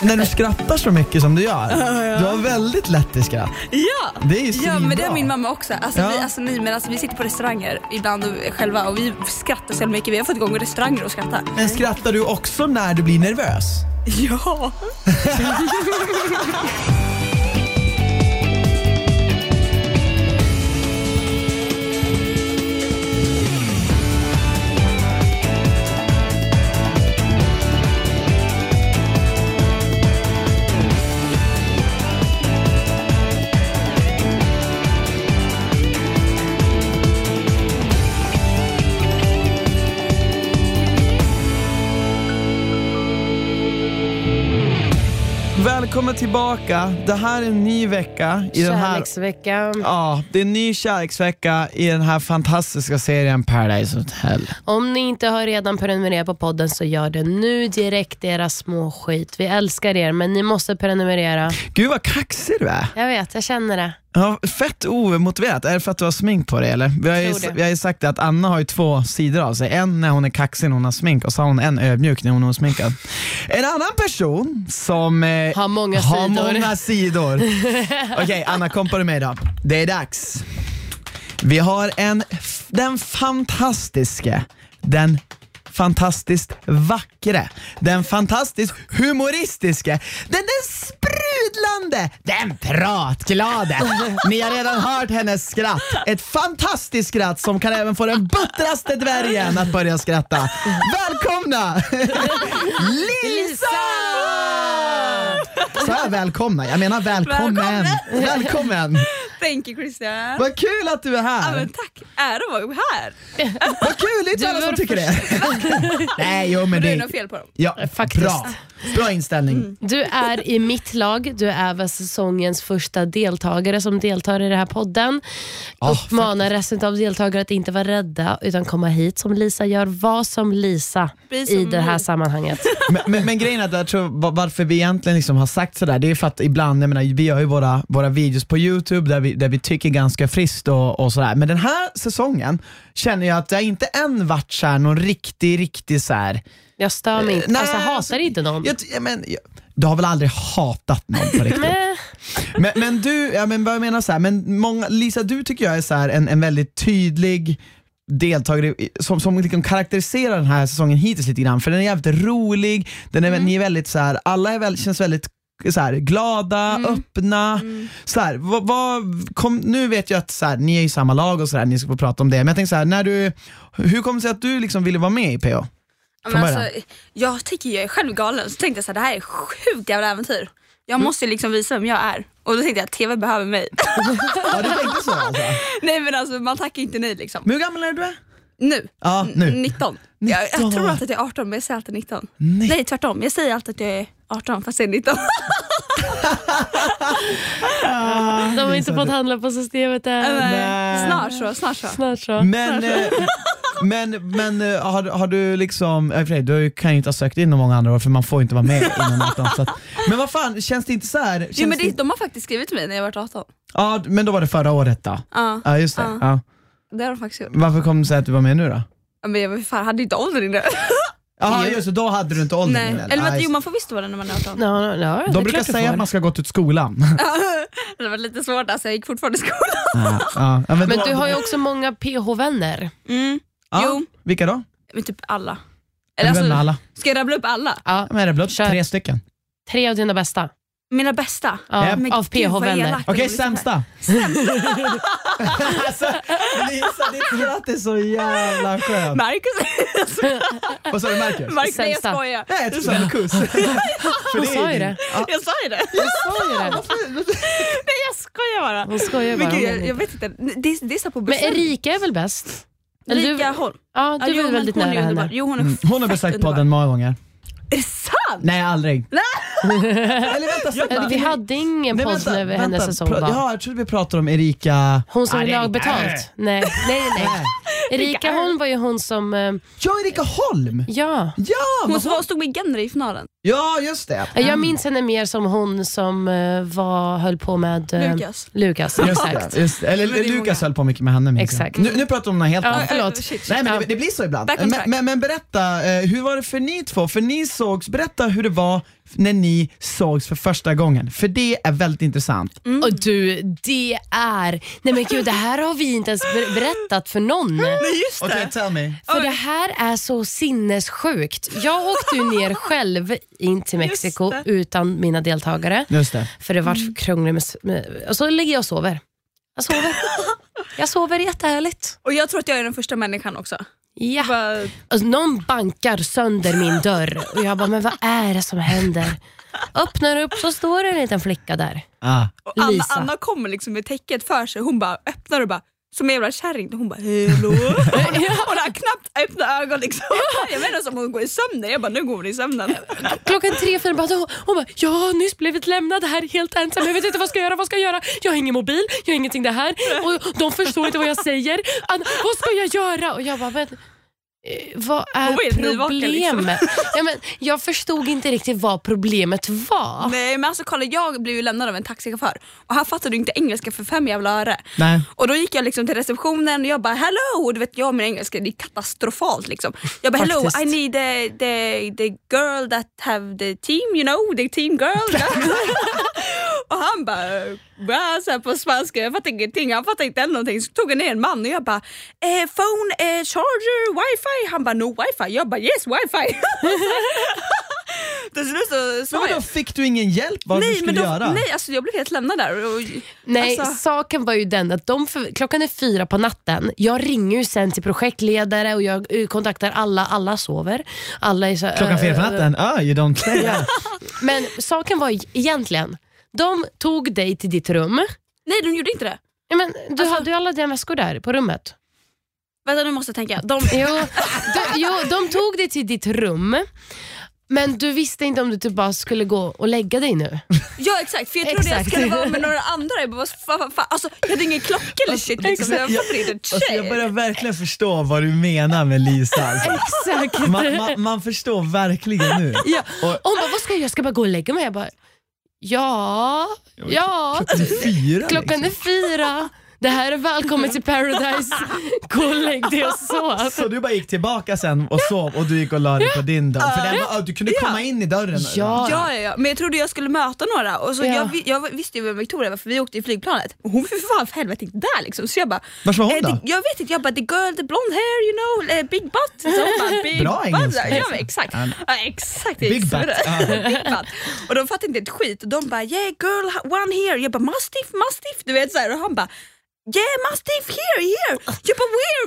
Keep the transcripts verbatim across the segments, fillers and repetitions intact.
när du skrattar så mycket som du gör. Ja, ja. Du har väldigt lätt i skratt. Ja, det är ju ja men det är min mamma också. Alltså, ja. vi, alltså, nej, men alltså, vi sitter på restauranger ibland och, själva och vi skrattar så mycket. Vi har fått igång restauranger och skrattar. Men skrattar du också när du blir nervös? Ja. Välkommen tillbaka. Det här är en ny vecka i den här kärleksvecka. Ja, det är en ny kärleksvecka i den här fantastiska serien Paradise Hotel. Om ni inte har redan prenumererat på podden så gör det nu direkt, era små skit. Vi älskar er, men ni måste prenumerera. Gud vad kaxig du är. Jag vet, jag känner det. Ja, fett omotiverat. Är det för att du har smink på dig eller? Vi har, ju, vi har ju sagt att Anna har ju två sidor av sig. En när hon är kaxig när hon har smink och så har hon en ödmjuk när hon har sminkad. En annan person som eh, har många har sidor. Många sidor. Okej, okay, Anna, kom på det med då. Det är dags. Vi har en den fantastiska, den fantastiskt vackra, den fantastiskt humoristiska, den den sprudlande, den pratglada. Ni har redan hört hennes skratt. Ett fantastiskt skratt som kan även få den buttraste dvärgen att börja skratta. Välkomna Lisa! Så här, välkomna. Jag menar välkommen. Välkommen. Välkommen. Thank you, Christian. Vad kul att du är här. Ja, men tack. Ära att vara här. Vad kul, det är inte alla som tycker det. Nej, jo, men det det är något fel på dem. Ja, faktiskt. Bra. Bra inställning. Mm. Du är i mitt lag. Du är väl säsongens första deltagare som deltar i den här podden. Oh, Uppmanar resten av deltagare att inte vara rädda utan komma hit som Lisa gör. Vad som Lisa som i det här sammanhanget. Men, men, men grejen är att jag tror varför vi egentligen liksom har sagt sådär, det är för att ibland, jag menar, vi gör ju våra, våra videos på YouTube där vi, där vi tycker ganska friskt och, och sådär. Men den här säsongen känner jag att jag inte än varit så här någon riktig, riktig så här. Jag stör mig inte. Nej, alltså, hatar inte någon. Jag, jag, men, jag, du har väl aldrig hatat någon på riktigt? men, men du, ja, men vad jag menar så här, men många, Lisa, du tycker jag är så här en, en väldigt tydlig deltagare som, som liksom karaktäriserar den här säsongen hittills lite grann, för den är jävligt rolig, den är, mm. ni är väldigt så här, alla är väl, känns väldigt så här, glada, mm. öppna mm. så här, vad, vad, kom, nu vet jag att så här, ni är i samma lag och så här, ni ska få prata om det, men jag tänker så här, när du, hur kom det sig att du liksom ville vara med i P O? Men alltså, jag tycker jag är själv galen, så tänkte jag så här, det här är sjukt jävla äventyr. Jag mm. måste liksom visa vem jag är. Och då tänkte jag att T V behöver mig. Ja, du tänkte så alltså? Nej, men alltså, man tackar inte nej liksom. Men hur gammal är du? Nu? Ja, nu. nitton. Jag, jag tror alltid att jag är arton, men jag säger alltid nitton. Nej. Nej, tvärtom. Jag säger alltid att jag är arton, fast jag är nitton. Ja, de har inte fått handla på systemet än. Nej. Snart så, snart så. Snart så. Men, eh, men, men eh, har, har du liksom, äh, för du kan ju inte ha sökt in många andra år, för man får inte vara med innan arton. Så att, men vad fan, känns det inte så här? Jo, men det, de har faktiskt skrivit till mig när jag var arton. Ja, men då var det förra året då? Ja. Ja, just det. Ja. Ja. Det har de faktiskt gjort. Varför kom det sig att du var med nu då? Ja, men jag fan, hade inte åldern inne. Jaha, just det, då hade du inte åldern inne. inne. Eller vänta, jo, man får visst vara det när man är arton. No, no, no, de brukar säga att man ska gå ut skolan. Det var lite svårt, alltså jag gick fortfarande i skolan. Ja, ja. Ja, men men då, du har ju också många P H-vänner. Mm. Ja, jo. Vilka då? Men typ alla. Eller alltså, alla? Ska jag rabbla upp alla? Ja, men rabbla upp tre stycken. Tre av dina bästa. Mina bästa? Ja, yep. av P H-vänner. Okej, okay, sämsta. Sämsta. Alltså, Lisa, ditt skratt är så jävla skönt. Marcus. Vad sa du, Marcus? Marcus, nej, jag skojar. Nej, jag tror det var Marcus. Hon sa ju det. Ja. Jag sa ju det. Jag sa ju det. Nej, jag skojar bara. Hon skojar bara. Men gud, jag, jag vet inte. Det, det är så på bestämt. Men Erika är väl bäst? Erika Holm. Ja, du är väl väldigt nära henne. Jo, hon, är mm. hon har besökt podden många gånger. Är det sant? Nej, aldrig. Eller vänta, ja, vi hade ingen podd när vi hennes säsong var. Ja, jag trodde vi pratade om Erika. Hon som vill ha betalt. Nej, nej, nej. nej. Erika Holm var ju hon som... Uh... Ja, Erika Holm! Ja. Ja, hon som stod med Genry i finalen. Ja, just det. Mm. Jag minns henne mer som hon som uh, var, höll på med uh, Lukas. Lukas, Just exakt. det, just det. Eller Men det är Lukas många. höll på mycket med henne. Exakt. Nu, nu pratar de om något helt Ja, annat. förlåt. Äh, shit. Nej, men Ja. det, det blir så ibland. Back on Men, track. men, men berätta, eh, hur var det för ni två? För ni sågs, berätta hur det var när ni sågs för första gången. För det är väldigt intressant. Mm. Och du, det är... Nej men gud, det här har vi inte ens ber- berättat för någon. Nej, just det. Okej, tell me. För det här är så sinnessjukt. Jag åkte ju ner själv in till Mexiko Just det. utan mina deltagare. Just det. För det var mm. krångligt med, med... Och så ligger jag och sover. Jag sover. Jag sover jättehärligt. Och jag tror att jag är den första människan också. Ja. Bara, Alltså, någon bankar sönder min dörr. Och jag bara, men vad är det som händer? Öppnar upp så står det en liten flicka där. Ah. och Anna, Lisa. Anna kommer liksom med täcket för sig. Hon bara öppnar och bara, som en jävla kärring. Hon bara, hello. Och har knappt öppna ögon liksom. Jag menar som hon går i sömnen. Jag bara, nu går hon i sömnen. Klockan tre, fyra, bara, hon, hon bara, jag har nyss blivit lämnad här helt ensam. Jag vet inte vad ska jag göra, vad ska jag göra? Jag har ingen mobil, jag har ingenting det här. Och de förstår inte vad jag säger. Anna, vad ska jag göra? Och jag bara, men... eh, Vad är Hon var helt nyvaken, problemet? liksom. Ja, men jag förstod inte riktigt vad problemet var. Nej men alltså kolla, jag blev ju lämnad av en taxichaufför. Och han fattade ju inte engelska för fem jävla öre. Nej. Och då gick jag liksom till receptionen och jag bara hello, och du vet jag och min engelska, det är katastrofalt liksom. Jag bara hello, Faktiskt. I need the, the, the girl that have the team, you know, the team girl. Och han bara, bra, så här på spanska, jag fattar ingenting, han fattar inte någonting. Så tog jag ner en man och jag bara, eh, phone, eh, charger, wifi. Han bara, no wifi. Jag bara, yes wifi. Till slut så sa Men då jag, fick du ingen hjälp vad du nej skulle men då, göra? nej alltså jag blev helt lämnad där. Och, Nej, alltså, saken var ju den att de för, klockan är fyra på natten. Jag ringer ju sen till projektledare och jag eh, kontaktar alla, alla sover. Alla är så, Klockan fyra på eh, natten? Ah, you don't say that. Men saken var ju egentligen, de tog dig till ditt rum. nej de gjorde inte det. Ja, men du Alltså- hade ju alla dina väskor där på rummet. Vänta nu måste jag tänka. De, Jo, du, jo, de tog dig till ditt rum. Men du visste inte om du typ bara skulle gå och lägga dig nu. ja exakt, för jag trodde jag Exakt. skulle vara med några andra. Jag, bara, vad fan, vad fan. Alltså, jag hade ingen klocka eller shit liksom. Jag fattar inte ett Alltså, jag shit. börjar verkligen förstå vad du menar med Lisa. Alltså. Exakt. Man, man, man förstår verkligen nu. Ja. Och, Och hon bara, vad ska jag göra? Jag ska bara gå och lägga mig. Jag bara, ja, ja. klockan är fyra. Klockan är liksom. fyra. Det här är välkommen till Paradise. Gå och lägg dig och sov. Så du bara gick tillbaka sen och sov och du gick och la dig på din dörr. För den var, du kunde komma in i dörren. Ja. Ja, ja, ja, men jag trodde jag skulle möta några och så Ja. jag, vi- jag visste ju vem Victoria var för vi åkte i flygplanet och hon var för fan för helvete inte där liksom. Så jag bara, Vars var hon eh, då? det, jag vet inte, jag bara the girl, the blonde hair, you know, eh, big butt. Så hon bara, big Bra butt. engelska, Ja, liksom. men exakt. Ja. Ja, exakt. det är Big så butt. det. Ja. Big butt. Och de fattade inte ett skit och de bara, yeah girl, one here. Jag bara, mastiff, mastiff. Du vet så här, och han bara, yeah mastiff, here, here. Jag bara, where,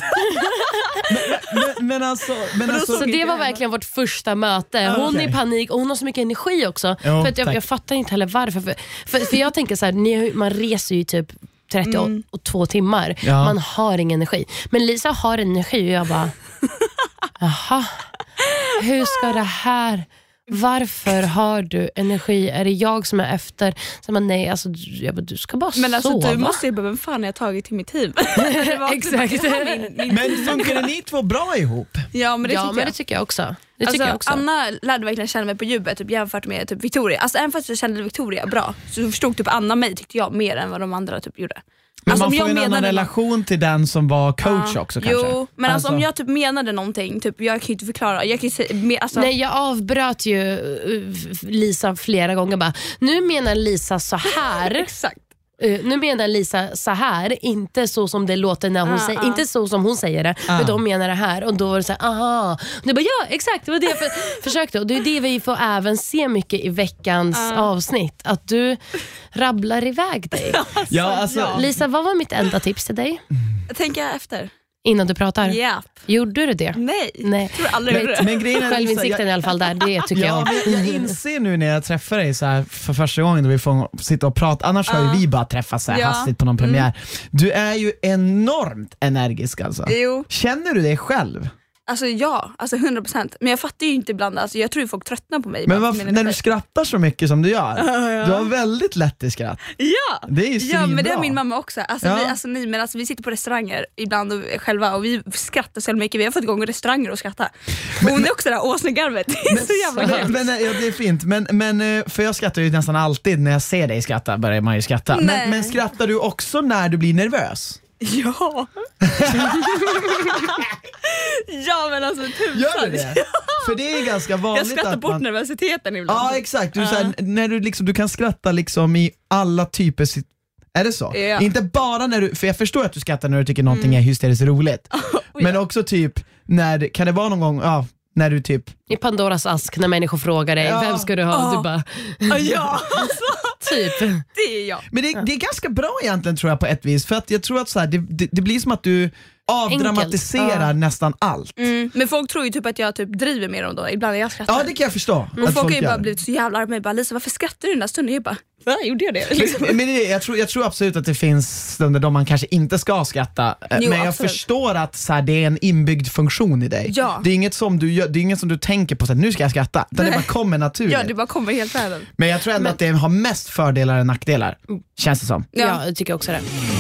where? Men, men alltså... Men alltså Så det var verkligen vårt första möte. Hon okej. är i panik och hon har så mycket energi också. Jo, för att jag, tack. jag fattar inte heller varför. För, för, för jag tänker så här, ni, man reser ju typ trettiotvå timmar. Ja. Man har ingen energi. Men Lisa har energi och jag bara, jaha, hur ska det här... Varför har du energi? Är det jag som är efter? Så man, nej, alltså, jag bara, du ska bara Men alltså sova. du måste ju bara, vem fan har jag tagit till mitt team? Det var också bara, Exakt. det var min, min Men funkar ni två bra ihop? Ja men det ja, tycker men jag. det tycker jag också. Det Alltså, tycker jag också. Anna lärde verkligen känna mig på djupet typ, jämfört med typ, Victoria. Alltså, även fast jag kände Victoria bra så förstod typ Anna mig tyckte jag mer än vad de andra typ gjorde. Men Alltså, man om får jag ju en annan menade relation till den som var coach Ja. också kanske. Jo, men alltså, om jag typ menade någonting, typ, jag kan ju inte förklara. Jag kan ju säga, me, alltså, Nej, jag avbröt ju uh, Lisa flera gånger. Bara, nu menar Lisa så här. exakt. Uh, nu menar Lisa så här, inte så som det låter när hon Ah, säger, ah. inte så som hon säger det, Ah. men de menar det här. Och då var det så här, aha. Du bara, ja, exakt, det var det jag för, försökte. Och det är det vi får även se mycket i veckans Ah. avsnitt. Att du rabblar iväg dig. Ja, alltså, Ja. Lisa, vad var mitt enda tips till dig Tänker jag efter. innan du pratar? Ja. Gjorde du det? Nej. Nej. Jag tror aldrig jag gjorde det. men grejen är Lisa, Självinsikten jag, i alla fall där, det tycker ja, jag. men jag inser nu när jag träffar dig så här för första gången då vi får sitta och prata. Annars har ju Ja. vi bara träffats så här Ja. hastigt på någon premiär. Du är ju enormt energisk alltså. Jo. Känner du det själv? Alltså ja, alltså hundra procent. Men jag fattar ju inte ibland, alltså, jag tror folk tröttnar på mig. Men varför, när du skrattar så mycket som du gör, uh, ja. du har väldigt lätt i skratt. Ja, det är ju ja men det är min mamma också. Alltså, ja. vi, alltså, ni, men alltså, vi sitter på restauranger ibland och, själva och vi skrattar så mycket. Vi har fått igång restauranger och skratta. Och hon är också det där åsnegarvet. Det är så jävla grymt. Men, ja, det är fint, men, men för jag skrattar ju nästan alltid när jag ser dig skratta, börjar man ju skratta. Men, men skrattar du också när du blir nervös? Ja. Ja men alltså tusan. Gör du det? För det är ganska vanligt. Jag skrattar att bort man... nervositeten ibland. Ja exakt, du, uh. såhär, när du, liksom, du kan skratta liksom i alla typer. Är det så? Ja. Inte bara när du, för jag förstår att du skrattar när du tycker någonting mm. är hysteriskt roligt. Oh, ja. Men också typ, när, kan det vara någon gång, ja, när du typ i Pandoras ask när människor frågar dig, ja. vem ska du ha? Oh. Du bara ja, alltså. Typ. Det är jag. Men det, det är ganska bra egentligen tror jag på ett vis. För att jag tror att så här, det, det, det blir som att du avdramatiserar ja. nästan allt. Mm. Men folk tror ju typ att jag typ driver med dem då. Ibland när jag skrattar. Ja det kan jag förstå. Men folk, folk har ju bara blivit så jävla arg på mig. Bara, Lisa varför skrattar du den där stunden? Jag bara, vad gjorde jag det? Liksom. Men, men det, jag, tror, jag tror absolut att det finns stunder då man kanske inte ska skratta. Jo, men jag absolut. förstår att så här, det är en inbyggd funktion i dig. Ja. Det är inget som du gör, det är inget som du tänker på så här, nu ska jag skratta. Utan det bara kommer naturligt. Ja, det bara kommer helt världen. Men jag tror ändå men... att det har mest fördelar än nackdelar. Känns det som. Ja, ja jag tycker också det.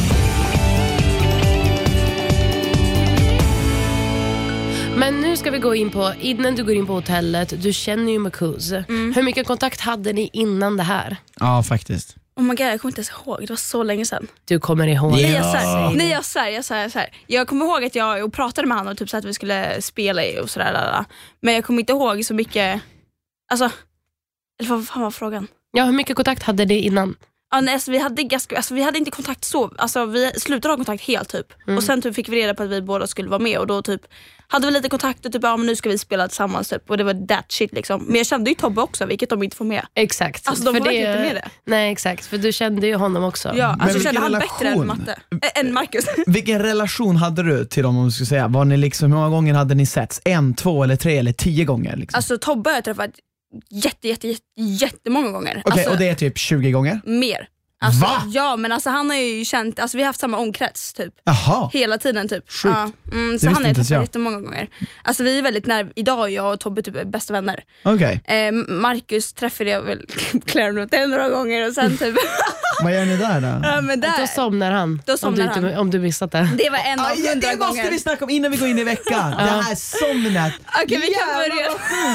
Men nu ska vi gå in på, innan du går in på hotellet, du känner ju Marcus. Mm. Hur mycket kontakt hade ni innan det här? Ja, faktiskt. Oh my god, jag kommer inte ens ihåg, det var så länge sedan. Du kommer ihåg? Nej, jag svär, nej, jag svär, jag svär, jag svär. Jag kommer ihåg att jag och pratade med honom och typ så att vi skulle spela i och sådär. Lalala. Men jag kommer inte ihåg så mycket, alltså, eller vad fan var frågan? Ja, hur mycket kontakt hade ni innan? Ja, nej, alltså, vi, hade ganska, alltså, vi hade inte kontakt så, alltså, vi slutade ha kontakt helt typ. Mm. Och sen typ, fick vi reda på att vi båda skulle vara med och då typ hade vi lite kontakt och typ, ja men nu ska vi spela tillsammans typ. Och det var that shit liksom. Men jag kände ju Tobbe också, vilket de inte får med. Exakt. Alltså de för får det, inte med det. Nej exakt, för du kände ju honom också. Ja, alltså jag kände han relation? bättre än Matte, äh, än Marcus. Vilken relation hade du till dem om du skulle säga? Var ni liksom, hur många gånger hade ni setts? En, två eller tre eller tio gånger liksom? Alltså Tobbe har jag träffat jätte, jätte, jätte, jättemånga gånger. Okej, okay, alltså, och det är typ tjugo gånger? Mer. Alltså, Va? Ja, men alltså han har ju känt, alltså vi har haft samma omkrets typ. Jaha. Hela tiden typ. Sjukt. Ja, mm, så han har jag träffat jättemånga gånger. Alltså vi är väldigt nära, idag jag och Tobbe typ är bästa vänner. Okej. Okay. Eh, Marcus träffade jag väl Claire Hotel några gånger och sen typ vad gör ni där då? Ja, men där, då somnar han. Då somnar om, du, han. om du missat det. Det var en av hundra gånger. Det måste vi snacka om innan vi går in i veckan. Det här somnet. Okej, okay, vi kan börja.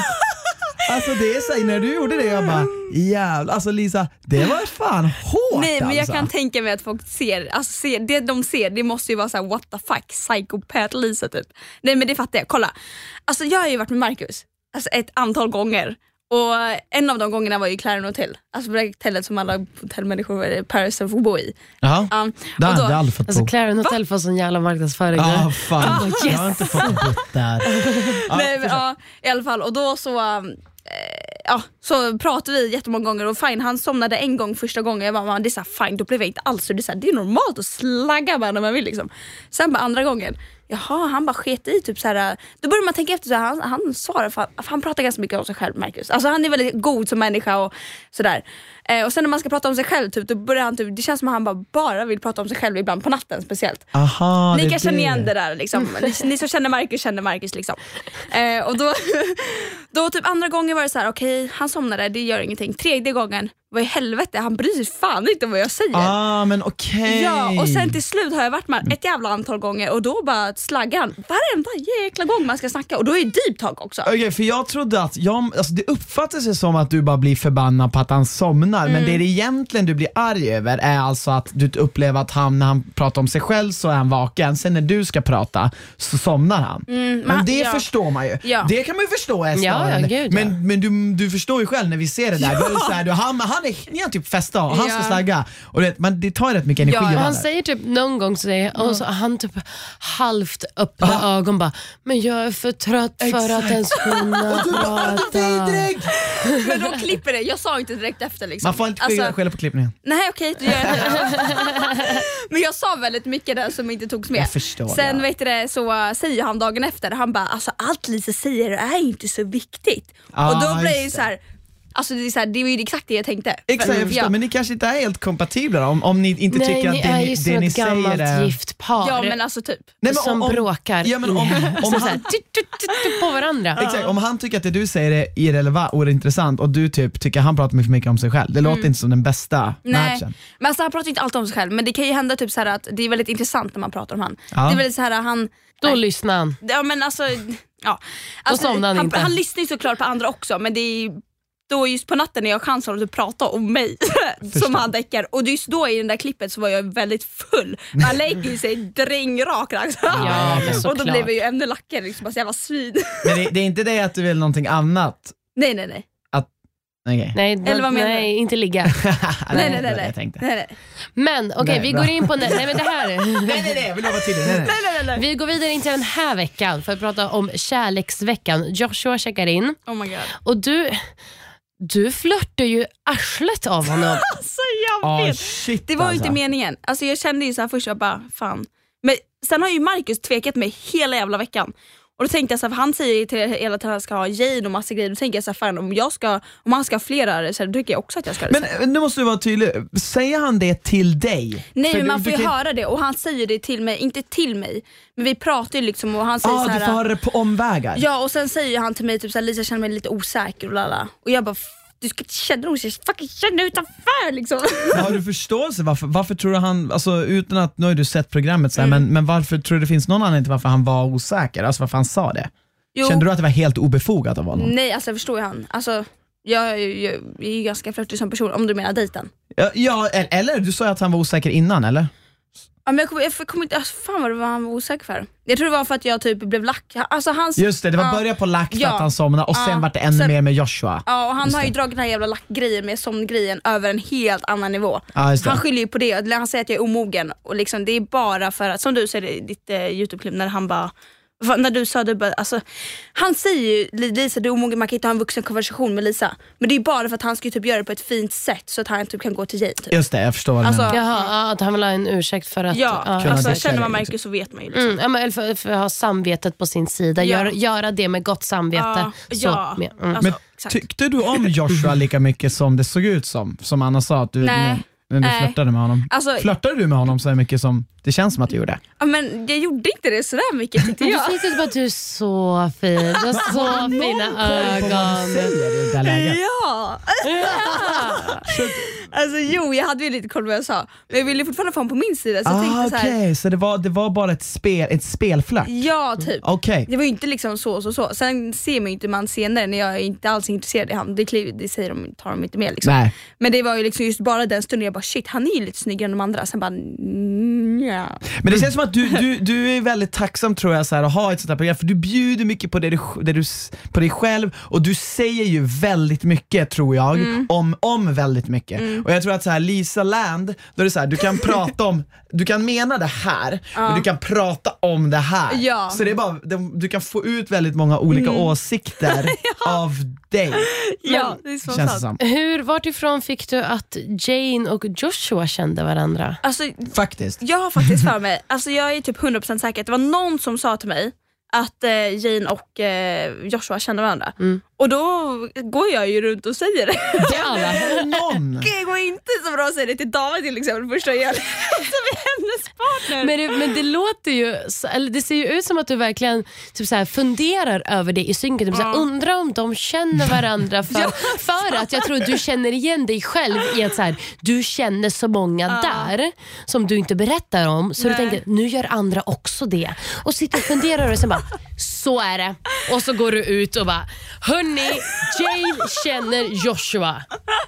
Alltså det är så, när du gjorde det jag bara, jävlar, alltså Lisa, det var fan hårt. Nej men jag alltså. kan tänka mig att folk ser, alltså ser, det de ser, det måste ju vara så här: what the fuck, psykopat Lisa typ. Nej men det fattar jag, kolla. Alltså jag har ju varit med Marcus alltså ett antal gånger. Och en av de gångerna var ju Claren Hotel. Alltså det hotellet som alla hotellmänniskor Paris får bo i. Jaha, um, det har jag aldrig fått bo. Alltså Claren Hotel får sån jävla marknadsföring. Ja, ah, fan. Ah, yes. Jag har inte fått bo där. ah, Nej, men, ja, i alla fall. Och då så... Um, ja, så pratade vi jättemånga gånger och fine, han somnade en gång första gången. Jag bara, det är så här, fine, då blev jag inte alls så det är, så här, det är normalt att slagga bara när man vill liksom. Sen på andra gången, jaha, han bara sket i typ så här. Då börjar man tänka efter så här, han, han svarar för, för han pratar ganska mycket om sig själv, Marcus. Alltså han är väldigt god som människa och sådär. Eh, och sen när man ska prata om sig själv typ, då börjar han typ, det känns som att han bara, bara vill prata om sig själv ibland på natten speciellt. Aha, ni det kan känna det. igen det där liksom. ni, ni som känner Marcus känner Marcus liksom. Eh, och då, då typ andra gången var det så här, okej, okay, han somnade, det gör ingenting. Tredje gången, vad i helvete, han bryr sig fan inte vad jag säger. Ah, men okej. Okay. Ja, och sen till slut har jag varit med ett jävla antal gånger och då bara slaggar han varenda jäkla gång man ska snacka och då är det deep talk också. Okej, okay, för jag trodde att jag, alltså det uppfattar sig som att du bara blir förbannad på att han somnar, mm. men det är egentligen du blir arg över är alltså att du upplever att han, när han pratar om sig själv så är han vaken, sen när du ska prata så somnar han. Mm, men det ja. förstår man ju. Ja. Det kan man ju förstå, Esther. Ja, ja, gud, men, ja. men du, du förstår ju själv när vi ser det där. Ja. Du, så här, du, han, han är ni har typ festa och han ska slagga och det, man, det tar rätt mycket energi. Ja, han säger typ någon gång så det, och så han typ halvt öppna ah. ögon bara, men jag är för trött Exakt. för att ens kunna prata. Men då klipper det, jag sa inte direkt efter liksom. Man får inte alltså, skälla på klippningen. Nej okej, du gör det. Men jag sa väldigt mycket där som inte togs med. Jag förstår, Sen ja. vet du, så säger han dagen efter, han bara, alltså allt Lisa säger är inte så viktigt. Ah, och då blir det så här, alltså det, är så här, det var ju exakt det jag tänkte. Exakt, För, jag förstår, ja. men ni kanske inte är helt kompatibla då, om, om ni inte Nej, tycker ni att det är ni, ju som det ni ett gammalt säger är... gift par. Ja men alltså typ. Nej, men som om, om, bråkar ja, men om, om, om han, så här, tut, tut, tut, tut, på varandra. exakt, om han tycker att det du säger är irrelevant och intressant och du typ tycker han pratar mycket, mycket om sig själv, det låter inte som den bästa Nej, matchen. men alltså han pratar inte alltid om sig själv, men det kan ju hända typ så här att det är väldigt intressant när man pratar om han. Ja. Det är väldigt så här han... Då nej. lyssnar han. Ja men alltså, ja. Alltså, somnar han han, inte. han lyssnar ju såklart på andra också, men det är då just på natten när jag har chansen att typ prata om mig som han däckar. Och just då i den där klippet så var jag väldigt full. Man lägger ju sig drängrak alltså. Ja, men och då såklart. blev jag ju ännu lackare, liksom, bara så jävla svin. Men det, det är inte det att du vill någonting annat? Nej nej nej. Okay. Nej, Eller vad menar nej du? inte ligga. Nej nej det var nej. det nej. jag tänkte. nej, nej. Men okej, Nej, vi bra. går in på... Nej, men det här... Nej, nej, nej, jag vill vara tydlig. Nej, nej. nej, nej, nej. Vi går vidare in till den här veckan för att prata om kärleksveckan. Joshua checkar in. Oh my god. Och du... Du flörtar ju arslet av honom. Alltså jag Oh, vet. shit, Det var ju alltså. inte meningen. Alltså jag kände ju så här först, jag bara fan. Men sen har ju Marcus tvekat mig hela jävla veckan. Och då tänkte jag så här, för han säger till hela att han ska ha Jane och massa grejer. Då tänker jag så här, fan om jag ska, om han ska ha flera så här, då tycker jag också att jag ska ha det. Men nu måste du vara tydlig. Säger han det till dig? Nej För men du- man får du ju kan- höra det och han säger det till mig, inte till mig. Men vi pratar ju liksom och han säger Ah, så du här. får höra det på omvägar. Ja och sen säger han till mig typ så här, Lisa jag känner mig lite osäker och lala. Och jag bara du ska inte känna dig osäker, fucking känna utanför liksom. Men har du förståelse? Varför, varför tror du han, alltså utan att, nu har du sett programmet så här, Mm. men, men varför tror du det finns någon anledning till varför han var osäker? Alltså varför han sa det? Jo. Kände du att det var helt obefogat av honom? Nej alltså jag förstår ju han. Alltså jag, jag, jag är ju ganska flörtig som person om du menar dejten. Ja, ja, eller du sa att han var osäker innan, eller? Ja, men jag kommer jag kom inte, alltså, fan vad det var han var osäker för. Jag tror det var för att jag typ blev lack. Alltså hans, Just det, det var ja, börja på lack för Ja. att han somnade och sen Ja. var det ännu Sen- mer med Joshua. ja, och han Just har ju det. dragit den här jävla lackgrejen med somngrejen över en helt annan nivå. Ja, just det. Han skyller ju på det, han säger att jag är omogen och liksom, det är bara för att, som du säger i ditt eh, YouTube-klipp när han bara när du sa det bara, alltså, han säger ju Lisa du är omogen, man kan inte ha en vuxen konversation med Lisa. Men det är bara för att han ska ju typ göra det på ett fint sätt så att han typ kan gå till Jane typ. Just det, jag förstår vad du Alltså, menar. Jaha, att han vill ha en ursäkt för att... Ja, Kunna alltså, dejta känner man dig, Marcus så vet man ju liksom. Mm, ja, men för, för att ha samvetet på sin sida. Ja. Gör, göra det med gott samvete. Ja, Så, ja. med, mm. Alltså, Men exakt. tyckte du om Joshua lika mycket som det såg ut som? Som Anna sa att du, Nej. när, när du Nej. flörtade med honom. Alltså, Flörtade du med honom så mycket som det känns som att du gjorde? ja, men jag gjorde inte det sådär mycket tyckte Men du jag. säger typ att du är så fin. Du har så fina ögon. Säger du i det läget? Ja! Alltså jo, jag hade ju lite koll på vad jag sa. Men jag ville fortfarande få honom på min sida så jag Ah, tänkte så okej, här. så det var, det var bara ett spel, ett spelflört? Ja, typ. Okej. Det var ju inte liksom så så så. Sen ser man ju inte man senare när jag är inte alls intresserad i han. Det, kliv- det säger de, tar de inte med liksom. Nej. Men det var ju liksom just bara den stunden jag bara shit, han är ju lite snyggare än de andra. Sen bara mm, ja. Men det känns som att du, du, du är väldigt tacksam tror jag så här, att ha ett sånt här program, för du bjuder mycket på, det du, det du, på dig själv och du säger ju väldigt mycket tror jag Mm. om, om väldigt mycket. Och jag tror att så här, Lisa Land, då är det så här, du kan prata om, du kan mena det här men du kan prata om det här. Ja. Så det är bara, de- du kan få ut väldigt många olika åsikter av dig. Ja, det är så Känns det sant. som. Hur, vart ifrån fick du att Jane och Joshua kände varandra? Alltså Faktiskt. jag har faktiskt för mig, alltså jag är typ hundra procent säker att det var någon som sa till mig att eh, Jane och eh, Joshua kände varandra. Mm. Och då går jag ju runt och säger det. Till alla. Någon. Det går inte så bra att säga det till David till exempel första gången som är hennes partner. Men det, men det låter ju, så- eller det ser ju ut som att du verkligen typ så här, funderar över det i synken. Typ så här, Ja. undrar om de känner varandra för, för att jag tror att du känner igen dig själv i att så här, du känner så många där som du inte berättar om. Så Nej. du tänker, nu gör andra också det. Och sitter och funderar och sen bara, så är det. Och så går du ut och bara, hörni, Jane känner Joshua.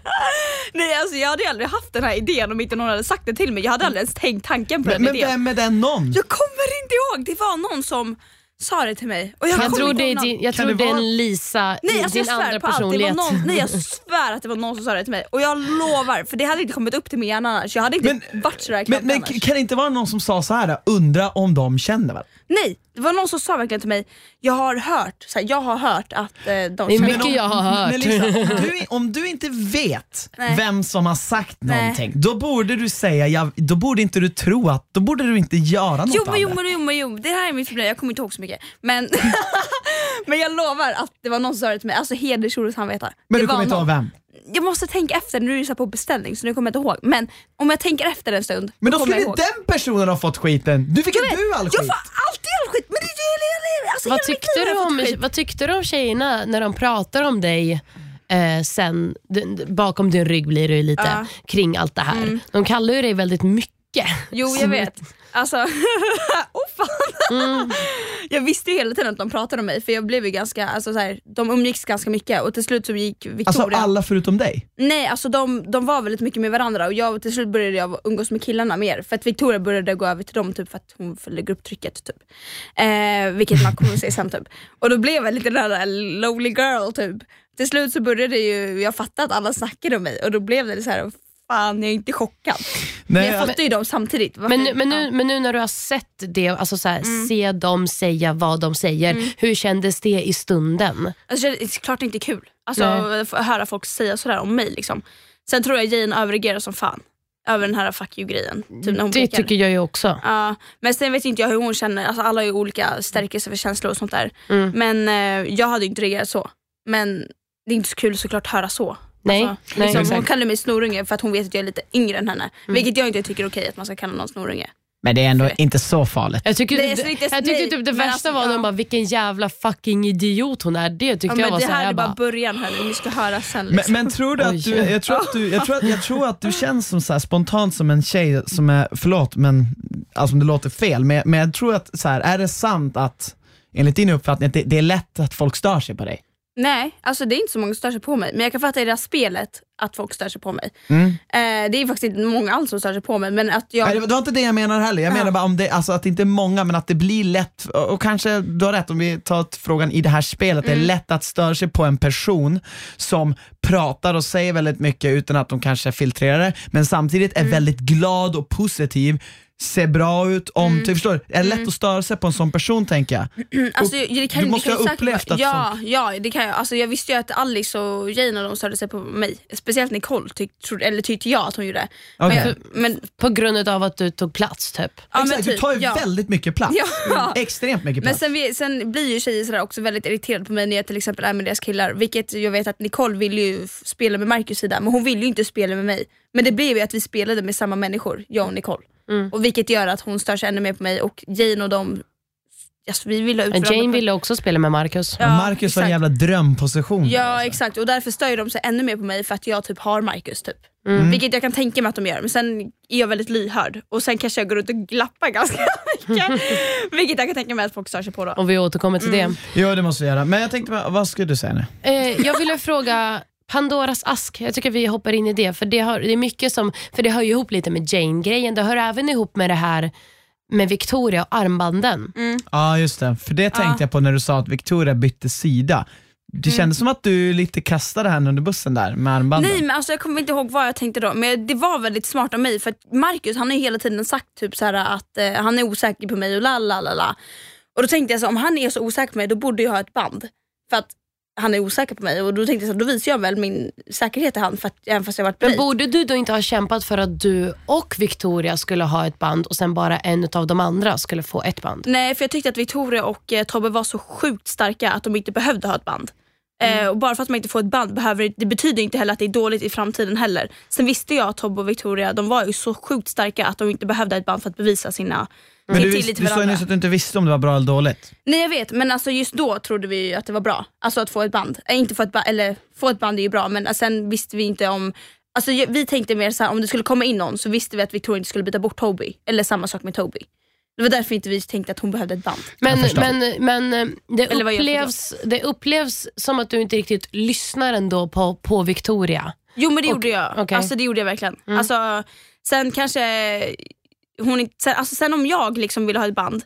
Nej alltså jag hade aldrig haft den här idén om inte någon hade sagt det till mig. Jag hade aldrig ens tänkt tanken på Men, den men idén. vem är den någon? Jag kommer inte ihåg, det var någon som sa det till mig. Och jag Jag kommer tror inte det är, ihåg någon. din, jag Kan tror det det är vara- en Lisa, Nej, alltså din jag svär andra på allt, det var personlighet. någon, nej jag svär att det var någon som sa det till mig. Och jag lovar, för det hade inte kommit upp till mig annars. Jag hade inte Men- varit sådär Men, knappt men annars. kan det inte vara någon som sa så här? Undra om de känner varandra? Nej, det var någon som sa verkligen till mig, jag har hört, så här, jag har hört att eh, de Det är känner- mycket om, jag har hört. Men Lisa, om, du, om du inte vet Nej. vem som har sagt Nej. någonting, då borde du säga, ja, då borde inte du tro att, då borde du inte göra något Jo av men jo det. men jo men jo, det här är mitt problem, jag kommer inte ihåg så mycket. Men, men jag lovar att det var någon som sa det till mig, alltså hedersord och samvete. Men det du kommer var inte ihåg någon. vem? jag måste tänka efter, nu är det så på beställning så nu kommer jag inte ihåg. Men om jag tänker efter en stund. Men då kommer skulle jag ihåg. den personen ha fått skiten. Du fick ju du all skit. Jag får alltid all skit. Men det är alltså, vad, tyckte du om, vad tyckte du om tjejerna när de pratar om dig eh, sen, d- bakom din rygg blir det ju lite uh. kring allt det här. Mm. De kallar ju dig väldigt mycket. Jo, jag vet. Alltså, oh fan. Mm. Jag visste ju hela tiden att de pratade om mig. För jag blev ju ganska, alltså så här, de umgicks ganska mycket. Och till slut så gick Victoria. Alltså alla förutom dig? Nej, alltså de, de var väldigt mycket med varandra. Och jag, till slut började jag umgås med killarna mer. För att Victoria började gå över till dem typ, för att hon följde grupptrycket typ. eh, Vilket man kommer att se sen typ. Och då blev jag lite där lonely girl typ. Till slut så började ju, jag fattade att alla snackade om mig. Och då blev det så här, fan, jag är inte chockad. Nej, men jag fattar ju dem samtidigt. Varför? Men, men, nu, men nu när du har sett det, alltså så här, mm. se dem säga vad de säger, mm. hur kändes det i stunden? Alltså, det är klart inte kul. Alltså att höra folk säga sådär om mig liksom. Sen tror jag Jane överreagerar som fan över den här fuck you-grejen. Typ när hon det pekar. Tycker jag ju också. Ja, men sen vet inte jag hur hon känner. Alltså, alla har ju olika stärkelse för känslor och sånt där. Mm. Men eh, jag hade ju inte reagerat så. Men det är inte så kul såklart att höra så. Nej, alltså, nej liksom, hon kallar mig snorunge för att hon vet att jag är lite yngre än henne. Mm. Vilket jag inte tycker är okej att man ska kalla någon snorunge. Men det är ändå inte så farligt. Jag tycker, det, det, inte, jag tycker typ det värsta alltså, var när ja. bara, vilken jävla fucking idiot hon är. Det tyckte ja, jag var det så här. Det här är bara bara början här nu, ni ska höra sen liksom. men, men tror du att du, jag tror att du, jag tror att, jag tror att du känns som så här, spontant som en tjej som är, förlåt men alltså det låter fel, men, men jag tror att så här, är det sant att enligt din uppfattning att det, det är lätt att folk stör sig på dig? Nej, alltså det är inte så många som stör sig på mig. Men jag kan fatta i det här spelet att folk stör sig på mig. Mm. eh, Det är faktiskt inte många alls som stör sig på mig, men att jag... Nej, det var inte det jag menar heller. Jag ja. menar bara om det, alltså att det inte är många, men att det blir lätt. Och kanske du har rätt om vi tar frågan i det här spelet. Mm. Det är lätt att störa sig på en person som pratar och säger väldigt mycket utan att de kanske filtrerar det, men samtidigt är mm. väldigt glad och positiv, ser bra ut om, mm. du förstår, är det lätt mm. att störa sig på en sån person, tänker jag. Alltså, det kan, du måste det kan ha upplevt säkert, att ja, folk... ja, det kan jag. Alltså, jag visste ju att Alice och Jane de störde sig på mig. Speciellt Nicole, tyck, tro, eller tyckte jag att hon gjorde. Okay. Men, men, på grund av att du tog plats typ. Ja, exakt, typ, du tar ju ja. väldigt mycket plats. Ja. Extremt mycket plats. Men sen, sen blir ju tjejer sådär också väldigt irriterade på mig när jag till exempel är med deras killar. Vilket jag vet att Nicole vill ju spela med Marcus sida, men hon vill ju inte spela med mig. Men det blev ju att vi spelade med samma människor, jag och Nicole. Mm. Och vilket gör att hon stör sig ännu mer på mig. Och Jane och dem, alltså, vi ville Men Jane på... ville också spela med Marcus. Ja, Marcus var en jävla drömposition. Ja, alltså. Exakt. Och därför stör de sig ännu mer på mig för att jag typ har Marcus typ. Mm. Vilket jag kan tänka mig att de gör. Men sen är jag väldigt lyhörd. Och sen kanske jag går runt och glappar ganska mycket. Vilket jag kan tänka mig att folk stör sig på då. Och vi återkommer till mm. det. Ja, det måste vi göra. Men jag tänkte, vad skulle du säga nu? Eh, jag ville fråga Pandoras ask. Jag tycker vi hoppar in i det. För det, har, det är mycket som, för det hör ju ihop lite med Jane-grejen. Det hör även ihop med det här med Victoria och armbanden. Mm. Ja, just det. För det tänkte ja. jag på när du sa att Victoria bytte sida. Det mm. kändes som att du lite kastade henne under bussen där med armbanden. Nej, men alltså jag kommer inte ihåg vad jag tänkte då. Men det var väldigt smart av mig. För att Marcus, han har ju hela tiden sagt typ så här att eh, han är osäker på mig och lalalala. Och då tänkte jag så, om han är så osäker på mig, då borde jag ha ett band. För att han är osäker på mig. Och då tänkte jag så, då visar jag väl min säkerhet i han, för att, även fast jag varit Men borde du då inte ha kämpat för att du och Victoria skulle ha ett band och sen bara en av de andra skulle få ett band? Nej, för jag tyckte att Victoria och eh, Tobbe var så sjukt starka att de inte behövde ha ett band. Mm. Eh, och bara för att man inte får ett band behöver, det betyder inte heller att det är dåligt i framtiden heller. Sen visste jag att Tobbe och Victoria, de var ju så sjukt starka att de inte behövde ett band för att bevisa sina... Men du, visst, du sa ju nyss att du inte visste om det var bra eller dåligt. Nej, jag vet, men alltså just då trodde vi ju att det var bra. Alltså att få ett band, äh, inte få ett, ba- eller få ett band är ju bra. Men sen visste vi inte om, alltså vi tänkte mer så här, om det skulle komma in någon så visste vi att Victoria inte skulle byta bort Toby. Eller samma sak med Toby. Det var därför inte vi tänkte att hon behövde ett band. Men, men, men det, upplevs, det upplevs som att du inte riktigt lyssnar ändå på, på Victoria. Jo, men det och, gjorde jag. Okay. Alltså det gjorde jag verkligen. Mm. Alltså, sen kanske hon inte, sen, alltså, sen om jag liksom ville ha ett band,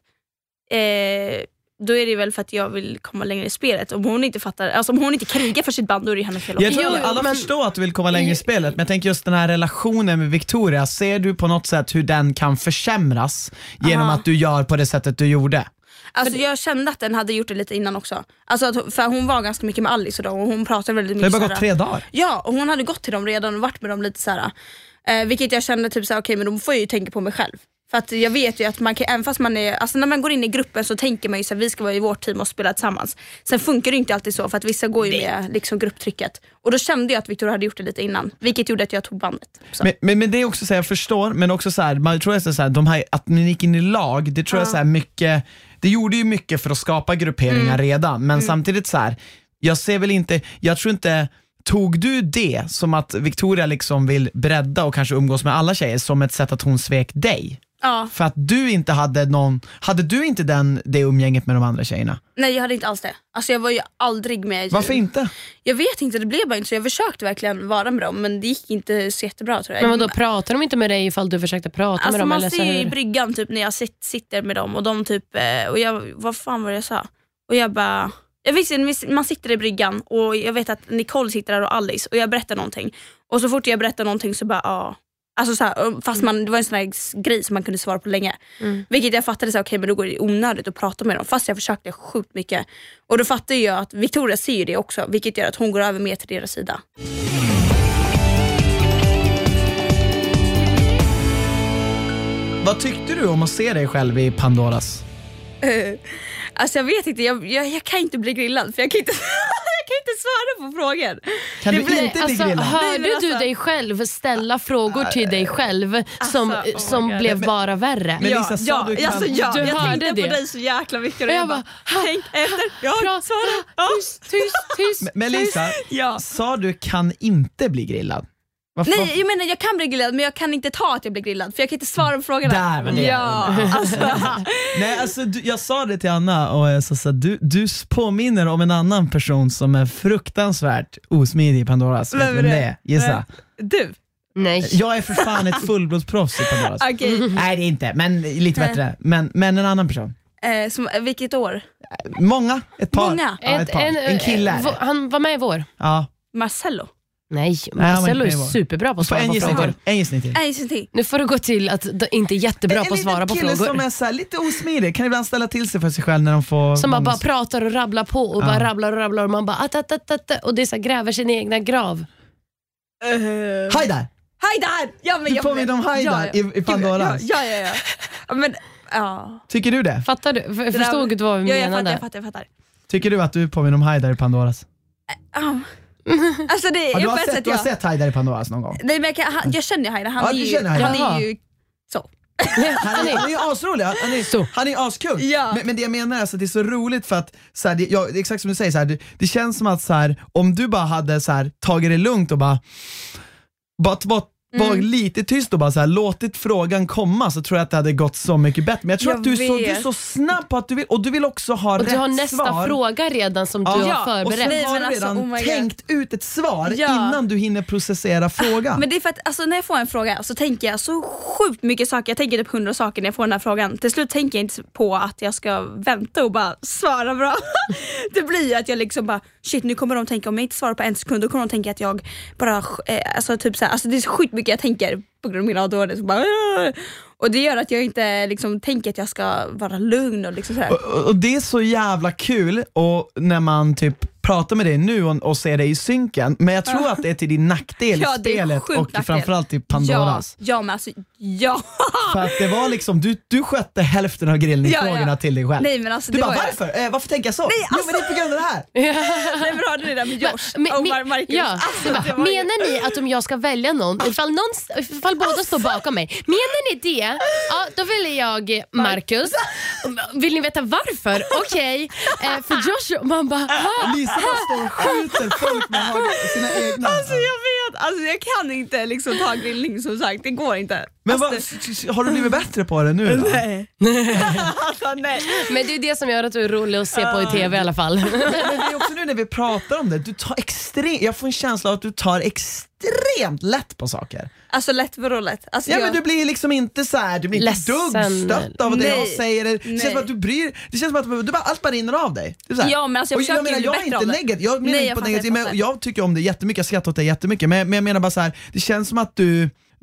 eh, då är det väl för att jag vill komma längre i spelet. Om hon inte fattar, alltså om hon inte krigar för sitt band, då är det hennes fel. Jag tror alla men... förstår att du vill komma längre i spelet, men jag tänker just den här relationen med Victoria, ser du på något sätt hur den kan försämras genom Aha. att du gör på det sättet du gjorde? Alltså jag kände att den hade gjort det lite innan också. Alltså att, för hon var ganska mycket med Alice och, då, och hon pratade väldigt mycket. Det har bara gått tre dagar. Ja, och hon hade gått till dem redan och varit med dem lite så här. Eh, vilket jag kände typ så här, okej, okay, men de får ju tänka på mig själv. För att jag vet ju att man kan, även fast man är, alltså när man går in i gruppen så tänker man ju så att vi ska vara i vårt team och spela tillsammans. Sen funkar det inte alltid så, för att vissa går ju med liksom grupptrycket. Och då kände jag att Victoria hade gjort det lite innan, vilket gjorde att jag tog bandet. Men, men, men det är också så här, jag förstår, men också så här, man tror att så här, de här, att ni gick in i lag, det tror ja. jag så här mycket, det gjorde ju mycket för att skapa grupperingar mm. redan, men mm. samtidigt så här, jag ser väl inte, jag tror inte. Tog du det som att Victoria liksom vill bredda och kanske umgås med alla tjejer som ett sätt att hon svek dig? Ja. För att du inte hade någon, hade du inte den, det umgänget med de andra tjejerna? Nej, jag hade inte alls det. Alltså jag var ju aldrig med. Varför inte? Jag vet inte, det blev bara inte så. Jag försökte verkligen vara med dem, men det gick inte så jättebra, tror jag. Men vadå, pratar de inte med dig ifall du försökte prata alltså med dem? Man eller ser så i bryggan typ när jag sit, sitter med dem och de typ, och jag, vad fan var det jag sa? Och jag bara... Jag visste, man sitter i bryggan och jag vet att Nicole sitter där och Alice och jag berättar någonting. Och så fort jag berättar någonting så bara, ja. Alltså så här, fast man, det var en sån här grej som man kunde svara på länge. Mm. Vilket jag fattade så okej, okay, men då går det onödigt att prata med dem. Fast jag försökte sjukt mycket. Och då fattade jag att Victoria ser det också, vilket gör att hon går över mer till deras sida. Vad tyckte du om att se dig själv i Pandoras? Uh, alltså jag vet inte, jag, jag, jag kan inte bli grillad för jag kan inte, jag kan inte svara på frågor. Kan det du blir, inte bli alltså, grillad? Hörde Nej, alltså, du dig själv ställa frågor till dig själv som, alltså, oh som blev men, bara värre? Men ja, Lisa, sa ja, du kan... alltså, ja, du jag hörde tänkte det. på dig så jäkla mycket och jag, jag bara, tänk efter, ja, bra, svara, ja. tyst, tyst, tyst. Men, men Lisa, ja. sa du kan inte bli grillad? Varför? Nej, jag menar jag kan bli grillad, men jag kan inte ta att jag blir grillad för jag kan inte svara på frågorna. Där var det. Ja, alltså. Nej, alltså du, jag sa det till Anna och jag sa så att du, du påminner om en annan person som är fruktansvärt osmidig i Pandoras. Vem är det? det? Gissa. Du? Nej. Jag är för fan ett fullblodsproffs i Pandoras. Okay. Nej, det är inte, men lite bättre. Men, men en annan person. Eh, som, vilket år? Många, ett par. Många. Ja, ett par. En, en kille. En, han var med i vår. Ja. Marcello. Nej, Marcello är superbra på att svara på frågor. En gissning till. En gissning till. Nu får du gå till att du inte är jättebra en, på att svara på frågor. En kille som är så här, lite osmidig, kan ibland ställa till sig för sig själv när de får... Som bara, bara pratar och rabblar på och ja. bara rabblar och rabblar och man bara att, att, att, att, och det är så här, gräver sin egna grav. Uh... Haidar! Haidar! Ja, men du påminner om Haidar ja, ja. i, i Pandoras. Ja, ja, ja. ja. Men, ja. Tycker du det? Fattar du? För, förstod du vad vi ja, menade? Jag fattar, jag fattar, jag fattar. Tycker du att du påminner om Haidar i Pandoras? Uh. Alltså det, ja, du har, sett, sett, du har sett Haidar i Pandoras någon gång? Nej, men jag, kan, han, jag känner Haidar. Han, ja, är ju, Haidar. han är ju så. Han är, han är asrolig, han är, så. Han är askung. Ja. Men, men det jag menar är att det är så roligt för att så här, det, ja, det är exakt som du säger, så här, det, det känns som att så här, om du bara hade så här, tagit det lugnt och bara bara, bara var mm. lite tyst och bara så här, låtit frågan komma, så tror jag att det hade gått så mycket bättre. Men jag tror jag att du är, så, du är så snabb på att du vill, och du vill också ha och rätt svar. Och du har nästa svar. fråga redan som ja. du ja. har förberett. Och så har du redan alltså, oh tänkt ut ett svar ja. innan du hinner processera frågan. Men det är för att alltså, när jag får en fråga så tänker jag så sjukt mycket saker. Jag tänker typ hundra saker när jag får den här frågan. Till slut tänker jag inte på att jag ska vänta och bara svara bra. Det blir ju att jag liksom bara, shit, nu kommer de tänka, om jag inte svarar på en sekund, då kommer de tänka att jag bara, eh, alltså typ så här, alltså det är så sjukt mycket jag tänker på grund av mina A D H D, så bara, Åh! Och det gör att jag inte liksom tänker att jag ska vara lugn och liksom så här. Och, och det är så jävla kul och när man typ pratar med dig nu och, och ser dig i synken, men jag tror att det är till din nackdel ja, i spelet och nackdel. Framförallt i Pandoras. Ja, ja men alltså, ja. För att det var liksom, du, du skötte hälften av grillningsfrågorna ja, ja. till dig själv. Nej, men alltså, du det bara, var varför? Eh, varför tänker jag så? Nej, alltså... Jo, men det är på grund av det här. Nej, men hörde ni det där med Josh men, och men, Marcus? Ja, alltså, bara, menar ni att om jag ska välja någon, ifall, någon, ifall båda står bakom mig, menar ni det? Ja, då väljer jag Marcus. Vill ni veta varför? Okej. Okay. Eh, för Josh, man bara... Lisa bara står och skjuter folk med sina egna. Alltså jag vet, alltså jag kan inte liksom ta grillning, som sagt, det går inte. Men alltså, vad, har du blivit bättre på det nu då? Nej. Alltså, nej. Men det är det som gör att du är rolig att se på i tv i alla fall. Men det är också nu när vi pratar om det, du tar extremt, jag får en känsla av att du tar extremt lätt på saker. Alltså lätt för lätt. Alltså, ja, jag... men du blir liksom inte så här, du blir inte dugg stött av det jag säger. Det känns som att du bryr, det känns som att du bara, allt bara rinner av dig. Det är så här. Ja, men alltså jag försöker jag menar, jag är inte negativ. Jag menar nej, inte på jag negativ, men jag tycker om det jättemycket, jag skrattar åt det jättemycket, men, men jag menar bara så här, det känns som att du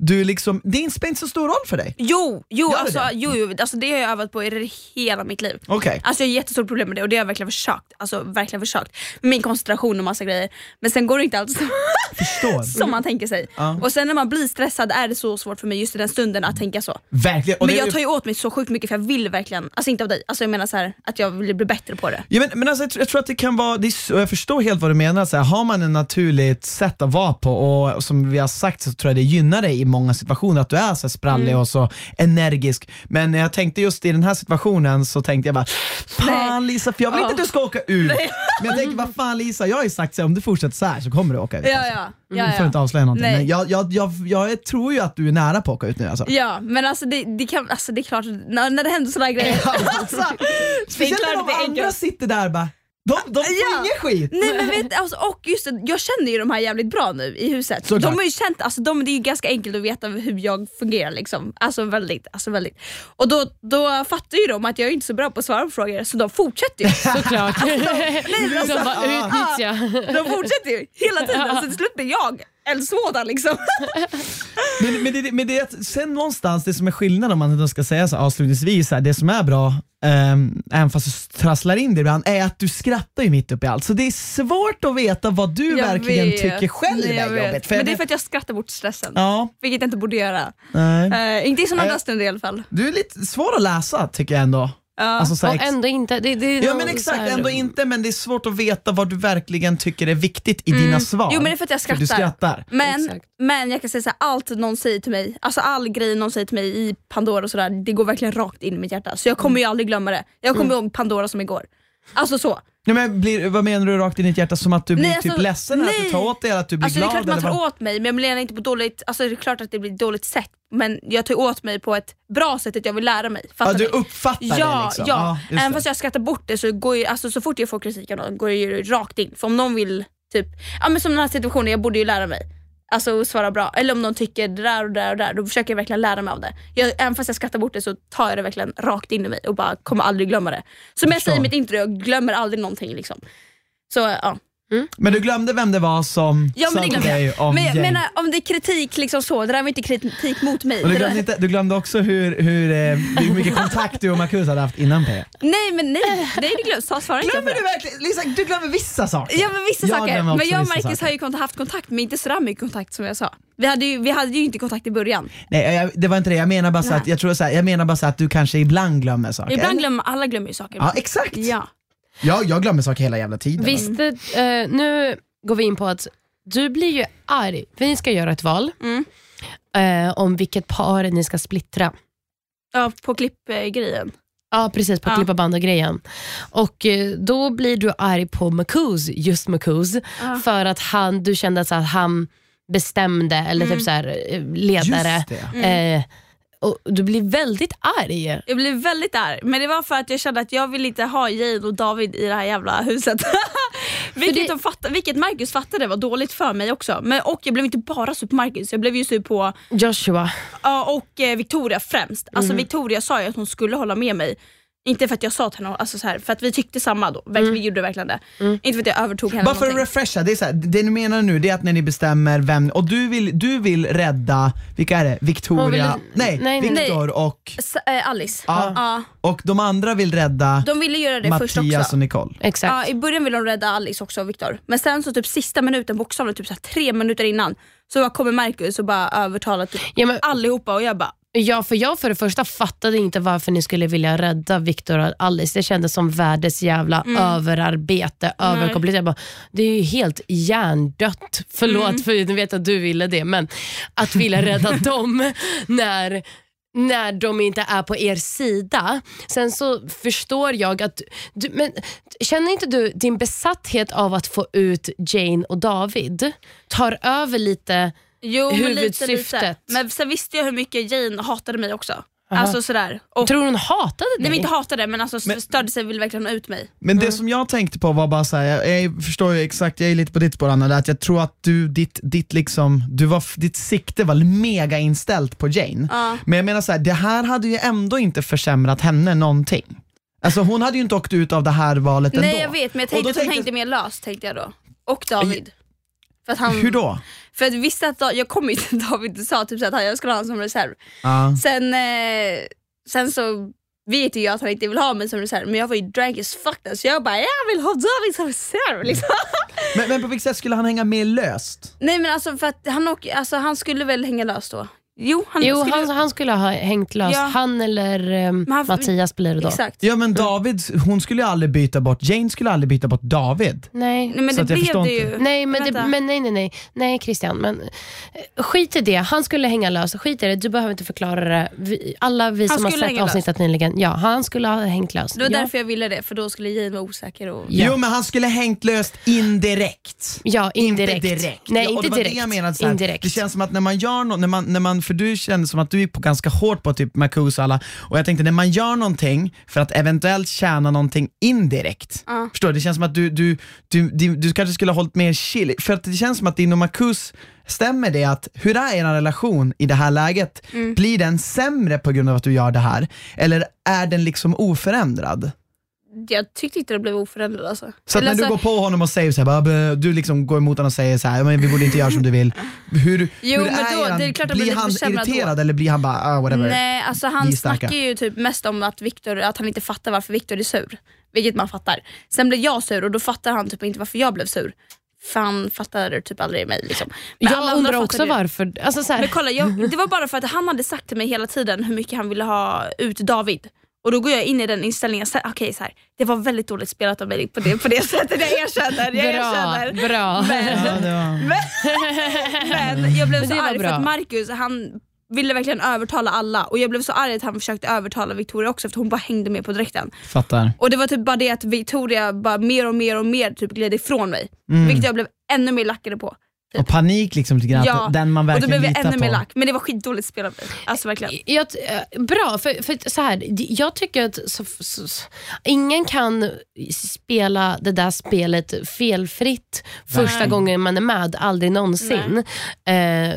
du liksom, det spelar inte så stor roll för dig. Jo, jo, alltså, det? jo, jo alltså det har jag övat på i hela mitt liv. Okay. Alltså jag har jättestort problem med det och det har jag verkligen försökt. Alltså verkligen försökt. Med min koncentration och massa grejer. Men sen går det inte alls som, som man tänker sig. Mm. Och sen när man blir stressad är det så svårt för mig just i den stunden att tänka så. Verkligen. Och men det jag är... tar ju åt mig så sjukt mycket för jag vill verkligen, alltså inte av dig, alltså jag menar så här, att jag vill bli bättre på det. Ja, men, men alltså, jag, tror, jag tror att det kan vara, det är, och jag förstår helt vad du menar, så här, har man en naturligt sätt att vara på och som vi har sagt så tror jag det gynnar dig i många situationer att du är så sprallig mm. och så energisk. Men när jag tänkte just i den här situationen så tänkte jag bara, fan Nej. Lisa, för jag vill ja. inte att du ska åka ut. Nej. Men jag tänker, vad fan Lisa, jag har ju sagt så här, om du fortsätter så här så kommer du åka ut. Ja, ja. Ja, ja. Du får inte avslöja någonting. Nej. Men jag, jag, jag, jag tror ju att du är nära på att åka ut nu alltså. Ja, men alltså det, det, kan, alltså det är klart, när, när det händer sådana grejer alltså, speciellt när de andra enkelt. Sitter där bara De, de får ja. ingen skit. Nej, men vet, alltså, och just det, jag känner ju de här jävligt bra nu i huset. Så de har ju känt, alltså, de, det är ju ganska enkelt att veta hur jag fungerar liksom. Alltså väldigt, alltså väldigt. Och då, då fattar ju de att jag är inte så bra på att svara på frågor. Så de fortsätter ju. Såklart. Alltså, de, nej, alltså, de bara utnyttja. De fortsätter ju hela tiden. Alltså, till slut blir jag eldsvåda liksom. Men, men, det, men det är att sen någonstans det som är skillnaden om man då ska säga så avslutningsvis här, det som är bra um, även fast du trasslar in det ibland är att du skrattar ju mitt upp i allt. Så det är svårt att veta vad du jag verkligen vet. tycker själv Nej, är jobbigt. För men det är för att jag skrattar bort stressen. Ja. Vilket jag inte borde göra. Nej. Uh, inte i sådana där stunder i alla fall. Du är lite svår att läsa tycker jag ändå. Ja. Alltså, och ändå inte det, det Ja men exakt, ändå inte. Men det är svårt att veta vad du verkligen tycker är viktigt i mm. dina svar. Jo men det är för att jag skrattar, för du skrattar. Men, men jag kan säga så här, allt någon säger till mig, alltså all grej någon säger till mig i Pandora och sådär, det går verkligen rakt in i mitt hjärta. Så jag kommer mm. ju aldrig glömma det. Jag kommer mm. ihåg Pandora som igår. Alltså så. Ja, men blir, vad menar du rakt in i ditt hjärta? Som att du blir nej, typ alltså, ledsen nej. Att du tar åt dig eller att du blir alltså, glad? Det är klart man tar vad? åt mig, men jag menar inte på dåligt. Alltså det är klart att det blir dåligt sätt. Men jag tar åt mig på ett bra sätt att jag vill lära mig. Ja, du uppfattar ja, det liksom. Ja, ja även fast jag skrattar bort det så går ju, alltså så fort jag får kritik av någon går det ju rakt in. För om någon vill typ, ja men som den här situationen, jag borde ju lära mig. Alltså svara bra. Eller om någon tycker det där och där och där, då försöker jag verkligen lära mig av det. Jag, även fast jag skrattar bort det så tar jag det verkligen rakt in i mig och bara kommer aldrig glömma det. Som jag, jag säger i mitt intro, jag glömmer aldrig någonting liksom. Så ja. Mm. Men du glömde vem det var som ja, sa till dig om men jag Jane. menar, om det är kritik liksom så, det där var inte kritik mot mig. Och du, glömde inte, du glömde också hur, hur, eh, hur mycket kontakt du och Marcus hade haft innan P. Nej men nej, nej det glömde jag. Svara glömmer du verkligen? Lisa, du glömmer vissa saker. Ja men vissa jag saker. Men jag och Marcus saker. har ju haft kontakt, men inte sådär mycket kontakt som jag sa. Vi hade ju, vi hade ju inte kontakt i början. Nej, jag, det var inte det. Jag menar bara så att jag tror så här, jag menar bara så att du kanske ibland glömmer saker. Ibland glömmer alla glömmer ju saker. Ja, exakt. Ja. Ja, jag glömmer saker hela jävla tiden. Visst, eh, nu går vi in på att du blir ju arg. Vi ska göra ett val mm. eh, om vilket par ni ska splittra. Ja, på klippgrejen. Ja, precis, på ja. klippa band och grejen. Och eh, då blir du arg på Marcus, just Marcus, ja. för att han, du kände att han bestämde, eller mm. typ så här, ledare. Just det. Mm. Eh, och du blir väldigt arg. Jag blev väldigt arg. Men det var för att jag kände att jag vill inte ha Jane och David i det här jävla huset. vilket, det... de fattade, vilket Marcus fattade var dåligt för mig också. Men, och jag blev inte bara sur på Marcus. Jag blev ju sur på Joshua. Ja, och eh, Victoria främst. Alltså mm. Victoria sa ju att hon skulle hålla med mig. Inte för att jag sa till henne, alltså så här, för att vi tyckte samma då. Mm. Vi gjorde verkligen det. Mm. Inte för att jag övertog henne. Bara för att refresha, det är så här, det ni menar nu det är att när ni bestämmer vem, och du vill, du vill rädda, vilka är det? Victoria, vill, nej, nej, Victor nej. och S- äh, Alice. Ja. Ja. Och de andra vill rädda de ville göra det Mattias först också. och Nicole. Exakt. Ja, i början ville de rädda Alice också och Victor. Men sen så typ sista minuten, bokstavligt typ så här, tre minuter innan, så kommer Marcus och bara övertalar typ ja, men, allihopa och jag bara Ja, för jag för det första fattade inte varför ni skulle vilja rädda Victor och Alice. Det kändes som världens jävla mm. överarbete, överkopplat. Jag bara, det är ju helt hjärndött. Förlåt mm. för jag vet att du ville det, men att vilja rädda dem när... när de inte är på er sida. Sen så förstår jag att du, men känner inte du din besatthet av att få ut Jane och David tar över lite jo, huvudsyftet? Men, lite, lite. Men sen visste jag hur mycket Jane hatade mig också. Aha. Alltså sådär. Och, tror hon hatade dig? Nej, men inte hatade men alltså men, störde sig, vill verkligen ha ut mig. Men det mm. som jag tänkte på var bara så här, jag, jag förstår ju exakt, jag är lite på ditt spår Anna, att jag tror att du, ditt, ditt liksom, du var, ditt sikte var mega inställt på Jane. Uh. Men jag menar så här, det här hade ju ändå inte försämrat henne någonting. Alltså hon hade ju inte åkt ut av det här valet ändå. Nej jag vet, men jag tänkte att hon tänkte... hängde mer löst tänkte jag då. Och David. För att han, Hur då? För att jag visste att jag kom inte till David och sa typ så att jag skulle ha honom som reserv. Ja. Sen, eh, sen så vet ju jag att han inte vill ha mig som reserv. Men jag var ju drag as fuck där, så jag bara, jag vill ha David som reserv liksom. men, men på vilket sätt skulle han hänga med löst? Nej men alltså för att han, och, alltså, han skulle väl hänga löst då. Jo, han, jo skulle... han, han skulle ha hängt löst. Ja. Han eller um, han... Mattias blir det då. Exakt. Ja men David, hon skulle ju aldrig byta bort, Jane skulle aldrig byta bort David. Nej. Nej men Så det att jag blev det förstår ju. Nej men, det, Vänta. men nej nej nej nej Christian, men eh, skit i det. Han skulle hänga lös. Skit i det. Du behöver inte förklara det. Vi, alla vi Han som har skulle sett hänga avsnittet nyligen. Ja, han skulle ha hängt lös. Det var ja. därför jag ville det, för då skulle Jane vara osäker och... Ja. Jo men han skulle hängt löst indirekt. Ja, indirekt. Inte direkt. Nej, ja, och inte det var direkt. Det, jag menade, så här, indirekt. det känns som att när man gör något, när man, när man, för du känner som att du är på ganska hårt på typ Marcus och alla, och jag tänkte när man gör någonting för att eventuellt tjäna någonting indirekt. Uh. Förstår du? Det känns som att du, du, du, du, du kanske skulle ha hållit mer chill, för att det känns som att din och Marcus, stämmer det att hur är er relation i det här läget? Mm. Blir den sämre på grund av att du gör det här? Eller är den liksom oförändrad? Jag tyckte inte det blev oförändrad alltså. Så att Eller när du alltså... går på honom och säger så här, bara, du liksom går emot honom och säger så här, men vi borde inte göra som du vill. Hur, Jo, hur men då- han? det är klart att blir blir han lite försämrad irriterad då. eller blir han bara, ah, whatever? Nej, alltså Vi han är starka. snackar ju typ mest om att Victor, att han inte fattar varför Victor är sur. Vilket man fattar. Sen blev jag sur och då fattar han typ inte varför jag blev sur. För han fattar typ aldrig mig liksom. Men alla Jag andra undrar fattar också det. varför. Alltså, så här. Men kolla, jag, det var bara för att han hade sagt till mig hela tiden hur mycket han ville ha ut David. Och då går jag in i den inställningen, okej okay, så här, det var väldigt dåligt spelat av mig på det, på det sättet, jag erkänner, jag Bra, erkänner. bra. Men, Ja, det var... men, men jag blev Men så det var arg bra. för att Marcus, han ville verkligen övertala alla. Och jag blev så arg att han försökte övertala Victoria också, för hon bara hängde med på direkten. Fattar. Och det var typ bara det att Victoria bara mer och mer och mer typ gled ifrån mig. Mm. Vilket jag blev ännu mer lackade på. Och panik liksom lite grann, Ja, att den man och då verkligen blev jag litar ännu mer på. lack. Men det var skitdåligt spelat. Alltså verkligen. Jag, eh, bra, för, för så här, jag tycker att så, så, så, ingen kan spela det där spelet felfritt första Nej. gången man är med, aldrig någonsin. Eh,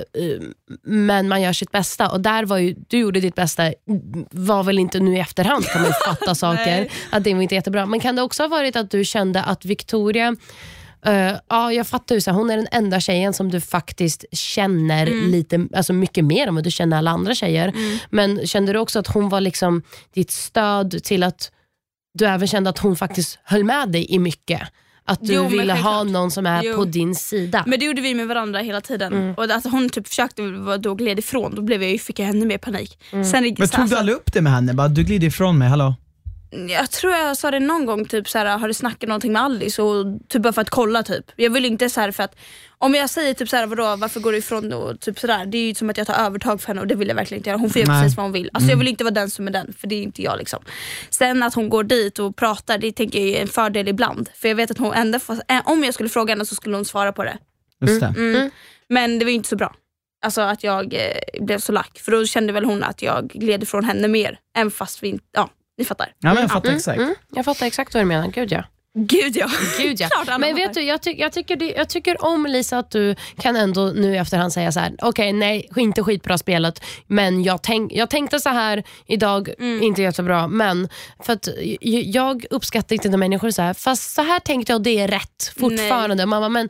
men man gör sitt bästa, och där var ju, du gjorde ditt bästa, var väl inte nu i efterhand kan man ju fatta saker, Nej. att det var inte jättebra. Men kan det också ha varit att du kände att Victoria, Uh, ja, jag fattar ju så här, hon är den enda tjejen som du faktiskt känner Mm. lite, alltså mycket mer än vad du känner alla andra tjejer. Mm. Men kände du också att hon var liksom ditt stöd till att du även kände att hon faktiskt höll med dig i mycket? Att du Jo, men ville ha självklart. någon som är Jo. på din sida. Men det gjorde vi med varandra hela tiden. Mm. Och att hon typ försökte då gled ifrån, då blev jag, fick jag ännu mer panik. Mm. Sen, Men så, tog du aldrig upp det med henne? Bara, du glider ifrån mig, hallå? jag tror jag sa det någon gång, typ så här, har du snackat någonting med Alice? Och typ bara för att kolla typ. Jag vill inte så här, för att om jag säger typ så här, vadå, varför går du ifrån då? Typ så där, det är ju som att jag tar övertag för henne, och det vill jag verkligen inte göra. Hon får göra Nej. precis vad hon vill. Alltså Mm. jag vill inte vara den som är den, för det är inte jag liksom. Sen att hon går dit och pratar, det tänker jag är en fördel ibland. För jag vet att hon ändå får, äh, om jag skulle fråga henne så skulle hon svara på det. Just det. Mm. Mm. Men det var ju inte så bra. Alltså att jag eh, blev så lack. För då kände väl hon att jag gled ifrån henne mer. Än fast vi inte, ja, ni fattar. Ja men jag fattar Mm, exakt. mm, jag fattar exakt vad du menar, gud ja. Gud ja. Gud, ja. Klart alla Men fattar. vet du, jag, ty- jag, tycker det, jag tycker om, Lisa, att du kan ändå nu i efterhand säga så här: okej, okay, nej, inte skitbra spelet, men jag, tänk, jag tänkte så här idag, Mm. inte jättebra, men för att j- jag uppskattar inte när människor så här, fast så här tänkte jag och det är rätt fortfarande. Mamma, men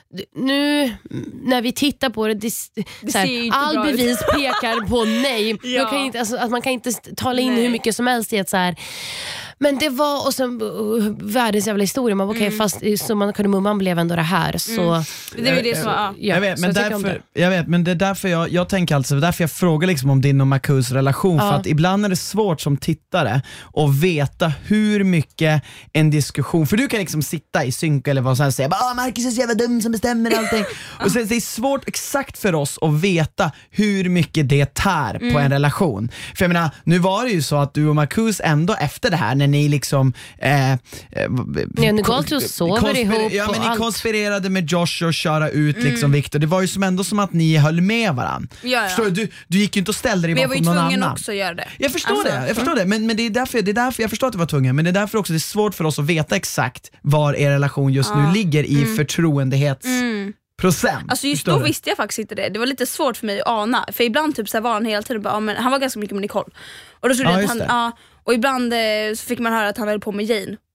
nu när vi tittar på det, det, Det så här, ser ju inte all bra ut. bevis pekar på nej. Ja. Jag kan inte, alltså, att man kan inte tala in Nej. hur mycket som helst i ett så här. Men det var, och sen uh, världens jävla historia. Man, okay, Mm. fast i Summan av Kardemumman blev ändå det här. Så, Mm. Det var det som var, ja. ja, jag vet, så men tycker om därför, det. jag vet, men det är därför jag, jag tänker alltså, därför jag frågar liksom om din och Marcus relation, Ja. för att ibland är det svårt som tittare att veta hur mycket en diskussion, för du kan liksom sitta i synk eller vad som helst och säga, ah, Marcus är så jävla dum som bestämmer allting. Och så, det är svårt exakt för oss att veta hur mycket det tär på en relation. För jag menar, nu var det ju så att du och Marcus ändå efter det här, när ni liksom eh, eh, Ja, ni går alltid och sover konspir- ihop ja, och men ni allt. konspirerade med Josh och köra ut liksom Victor. Det var ju som ändå som att ni höll med varandra. Ja, ja. Förstår du? Du, du gick ju inte och ställde dig Men jag var bakom ju någon tvungen annan. också att göra det. Jag förstår Alltså, det, jag förstår det. Men, men det, är därför, det är därför jag förstår att du var tvungen. Men det är därför också det är svårt för oss att veta exakt var er relation just nu Ja. ligger i Mm. förtroendehets Mm. procent. Alltså just Förstår då du? visste jag faktiskt inte det. Det var lite svårt för mig att ana. För ibland typ så här var han hela tiden bara, ja, men han var ganska mycket med Nicole. Och då trodde Ja, jag just att han, det. ja, och ibland eh, så fick man höra att han höll på med Jane.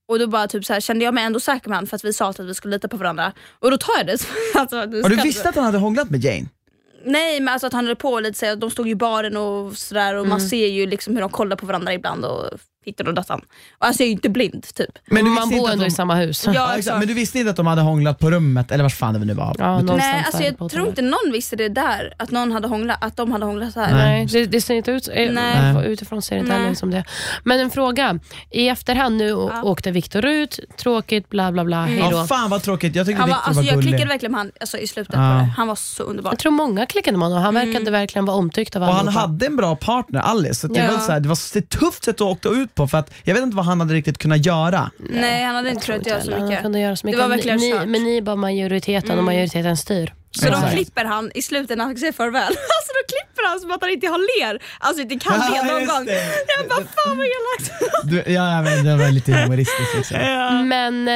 Och då bara typ så här, kände jag mig ändå säker med han för att vi sa att vi skulle lita på varandra. Och då tar jag det. Alltså, du och du visste att han hade hånglat med Jane? Nej, men alltså att han höll på lite så här, de stod i baren och sådär och mm. man ser ju liksom hur de kollar på varandra ibland och tittar och datan. Och alltså jag är ju inte blind typ. Men du man bor ändå de... i samma hus. Ja, ja, exakt. Men du visste inte att de hade hånglat på rummet eller vad fan det nu var? Ja, nej, alltså jag tror inte någon visste det där att någon hade hånglat, att de hade hånglat så här. Nej, det, det ser inte ut nej. Utifrån ser det inte heller som det. Men en fråga, i efterhand nu ja. åkte Victor ut, tråkigt bla bla bla, mm. hejdå. Ja, fan vad tråkigt. Jag tyckte han Victor var, alltså, var gullig. Jag klickade verkligen med han alltså, i slutet ja. på det. Han var så underbar. Jag tror många klickade med honom. Han verkade mm. verkligen vara omtyckt av och allihopa. han hade en bra partner, Alice. Så det, ja. var så här, det var ett tufft sätt att åka ut på för att jag vet inte vad han hade riktigt kunnat göra. Nej, han hade inte kunnat göra så mycket. Han göra så mycket. Det var verkligen ni, kört. Men ni är bara majoriteten mm. och majoriteten styr. Så de klipper han i slutet när han ska säga farväl. Alltså de klipper han som att han inte har ler. Alltså inte kan le någon gång. Det. Jag bara, fan vad elakt. Ja, men det var lite humoristiskt liksom. Ja. Men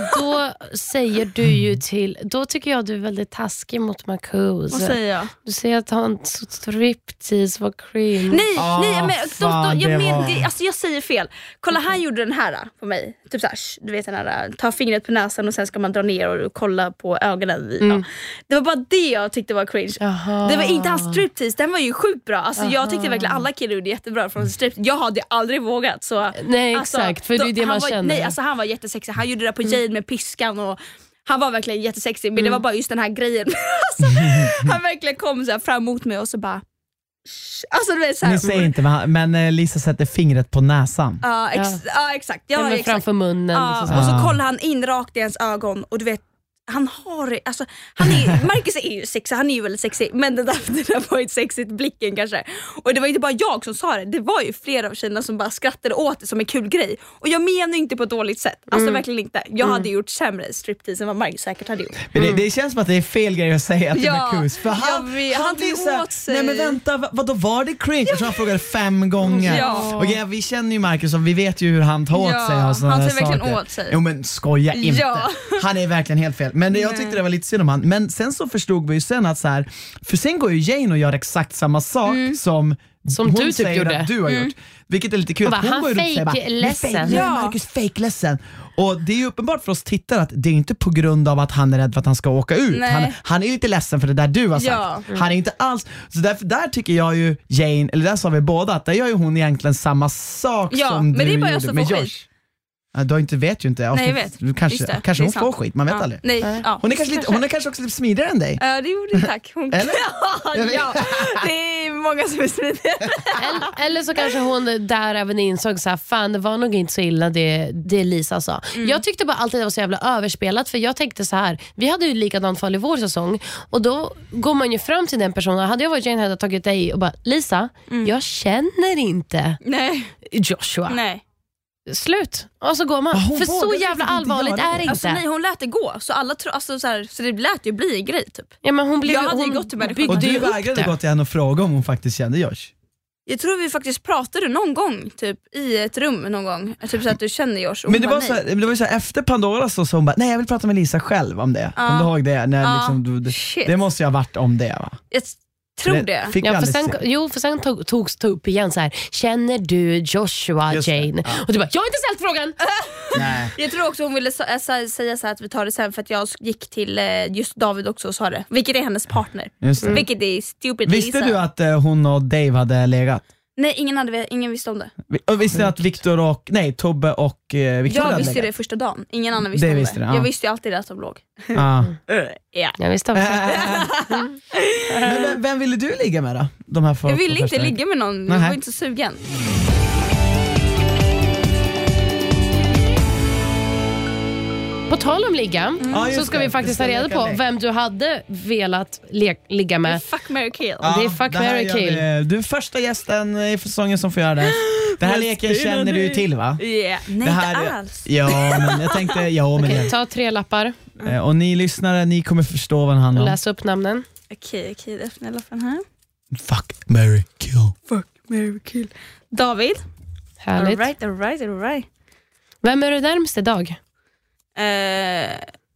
då säger du ju till, då tycker jag du är väldigt taskig mot Marcus. Vad säger jag? Du säger att han striptease var cringe. Nej, oh, nej, men fan, då, då, jag, men, var... det, alltså, jag säger fel. Kolla, han gjorde den här på mig. Typ såhär, du vet den här, ta fingret på näsan och sen ska man dra ner och kolla på ögonen. Mm. Ja. Det var bara det jag tyckte var cringe. Aha. Det var inte hans striptease, den var ju sjukt bra. Alltså, jag tyckte verkligen alla killar gjorde jättebra från striptease. Jag hade aldrig vågat. Så, nej, alltså, exakt, för då, det är det man var, känner. Nej, alltså, han var jättesexig. Han gjorde det på Jane med piskan och han var verkligen jättesexig. Men mm. det var bara just den här grejen. Alltså, han verkligen kom så här fram mot mig och så bara... Alltså, du vet, så här, ni säger inte, men Lisa sätter fingret på näsan. Ja, ex- ja. ja exakt. Ja, ja, exakt. Framför munnen. Ja, liksom. och så kollar han in rakt i ens ögon och du vet, han har alltså, han är, Marcus är ju sexig, han är ju väldigt sexig, men det där, det där var ju ett sexigt blicken kanske. Och det var inte bara jag som sa det, det var ju flera av tjejerna som bara skrattade åt det som en kul grej. Och jag menar inte på ett dåligt sätt, alltså mm. verkligen inte. Jag mm. hade gjort sämre striptease än vad Marcus säkert hade gjort. Men det, det känns som att det är fel grej att säga till ja, Marcus. För han, vet, han, han blir tog såhär, åt sig. nej men vänta, vad, vad då var det cringe? Ja. Så han frågade fem gånger. Ja. Och ja, vi känner ju Marcus och vi vet ju hur han tar åt ja, sig. Och han tar verkligen åt sig. Jo men skoja inte. Ja. Han är verkligen helt fel. Men det, jag tyckte det var lite synd om han. Men sen så förstod vi ju sen att så här, för sen går ju Jane och gör exakt samma sak mm. som Som hon du typ gjorde. Att du har mm. gjort. Vilket är lite kul. Bara, hon han går fake ledsen. Ja, Marcus fake ledsen. Och det är ju uppenbart för oss tittare att det är inte på grund av att han är rädd för att han ska åka ut. Han, han är lite ledsen för det där du har sagt. Ja. Mm. Han är inte alls. Så därför där tycker jag ju Jane, eller där sa vi båda, att där gör ju hon egentligen samma sak ja, som men du det är bara gjorde jag med får Josh. skit. Du inte vet ju inte. Nej, jag vet. Du kanske det, kanske hon sant. får skit, man vet ja. aldrig. Nej. Ja. Hon, är kanske lite, hon är kanske också lite smidigare än dig. Ja, det gjorde tack. Hon... Eller? ja, det är många som är smidigare. eller, eller så kanske hon där även insåg så här, fan det var nog inte så illa det, det Lisa sa. Mm. Jag tyckte bara alltid det var så jävla överspelat, för jag tänkte så här, vi hade ju likadant fall i vår säsong och då går man ju fram till den personen. Hade jag varit Jane hade jag tagit dig och bara, Lisa, mm. jag känner inte Nej. Joshua. Nej. Slut. Och så går man. Ah, för så jävla allvarligt är det inte. Alltså, nej, hon lät det gå. Så alla tro, alltså, så, här, så det lät ju bli en grej typ. Ja, men hon blev, jag hade hon ju gått till människor. Och du vägrade gå till henne och fråga om hon faktiskt kände Josh. Jag tror vi faktiskt pratade någon gång typ i ett rum någon gång. Typ så att du känner Josh. Men det var, så här, det var så här, efter Pandora så, så hon bara, nej jag vill prata med Lisa själv om det. Kommer uh, du ihåg det? När, uh, liksom, du, det, det måste ju ha varit om det va? Jag tror det. det. Ja, för sen, jo, för sen tog, togs det upp igen så här. Känner du Joshua, Just Jane? Ja. Och du bara, jag har inte ställt frågan. Nej. Jag tror också hon ville säga så här att vi tar det sen för att jag gick till just David också och sa det. Vilket är hennes partner. Just det. Vilket är stupid. Visste Lisa. du att uh, hon och Dave hade legat? Nej, ingen, hade, ingen visste om det. Och visste att Victor och, nej, Tobbe och uh, Victor Jag hade visste legat? det första dagen. Ingen annan visste det om visste det. det, ja. Jag visste ju alltid att de låg. Ah. ja. Jag visste också. Men vem, vem ville du ligga med då? De här jag ville inte ligga med någon. Jag var inte så sugen. På tal om ligga mm. ah, så ska det. vi faktiskt ta reda på vem du hade velat le- ligga med. Det är fuck, marry, kill. Ja, det är fuck, det marry, kill. Vi, du är första gästen i säsongen som får göra det. Den här leken känner du till va? Yeah. Nej, det här, inte alls. Ja, men jag tänkte, ja men okay, det. ta tre lappar. Mm. Och ni lyssnare, ni kommer förstå vad den handlar om. Läs upp namnen. Okej, okej, det öppnar lappen här. Fuck, marry, kill. Fuck, marry, kill. David. Härligt. All right, all right, all right. Vem är du närmast idag? Uh,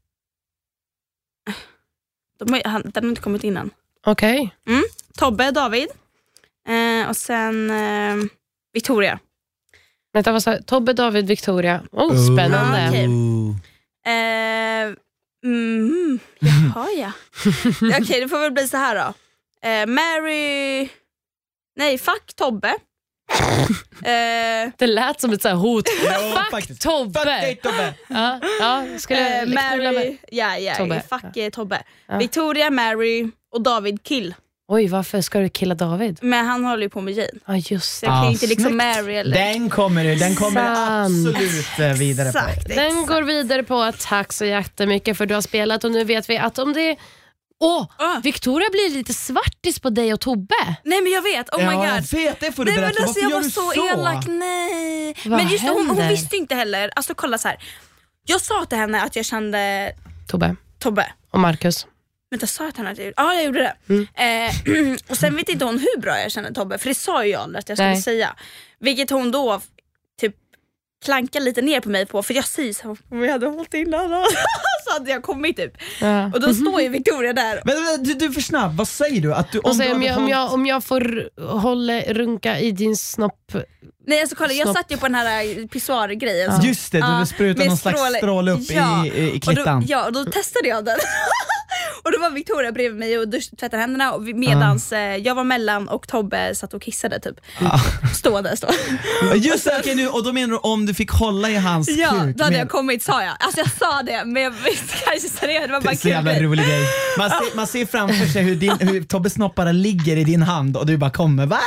de har, han, den har inte kommit innan. Okej. Okay. Mm. Tobbe, David. Uh, och sen uh, Victoria. Vänta, vad sa Tobbe, David, Victoria. Oh, spännande. Ah, okay. eh, mm, Jaha, ja. Okej, okay, det får väl bli så här då. Eh, Mary... Nej, fuck Tobbe. eh, det lät som ett så här hot. Ja, fuck faktiskt. Tobbe. Fuck dig, Tobbe. Ja, ja, skulle eh, liksom Mary... med. Ja, ja, Tobbe. fuck ja. Tobbe. Ja. Victoria, Mary och David kill. Oj, varför ska du killa David? Men han håller ju på med Jane. Ja, just Så jag kan Ah, ju inte liksom snyggt. Mary eller... Den kommer, den kommer Sant. absolut eh, vidare Exakt, på. Den exakt. går vidare på. Tack så jättemycket för du har spelat och nu vet vi att om det... Åh, Ah. Victoria blir lite svartis på dig och Tobbe. Nej men jag vet, oh my Ja, jag god. vet, det får du Nej men berätta. alltså, Varför jag gör var du så, så? elak, nej. Vad men just det, hon, hon händer? visste inte heller, alltså kolla så här. Jag sa till henne att jag kände Tobbe Tobbe. och Marcus. Vänta, sa jag till henne att jag gjorde? Ja, jag gjorde det. Mm. Eh, och sen vet inte hon hur bra jag känner Tobbe, för det sa ju jag aldrig att jag skulle Nej. säga. Vilket hon då typ klankar lite ner på mig på, för jag säger så här, om vi hade hållit innan så hade jag kommit typ. Ja. Och då står ju Victoria där. Men, men du, du är för snabb, vad säger du? Att du Och så du om, hade jag, om, jag, hållit- om jag får hålla runka i din snopp. Nej alltså kolla, jag Snopp. satt ju på den här pissoargrejen. Ja. Just det, Ja, du sprutar med någon slags stråle- stråle upp Ja, i, i, i Och klittan. då, ja, och då testade jag den. Och då var Victoria bredvid mig och dusch, tvättade händerna och vi- medans eh, jag var mellan och Tobbe satt och kissade typ. Stående så. Just det, okej, nu, och då menar du om du fick hålla i hans Ja, kuk. då hade men- jag kommit, sa jag. Alltså jag sa det, men jag visste kanske seriöst, det var Det bara är så jävla kul. rolig grej. Man ser, man ser framför sig hur, din, hur Tobbes snoppar ligger i din hand och du bara kommer. Va?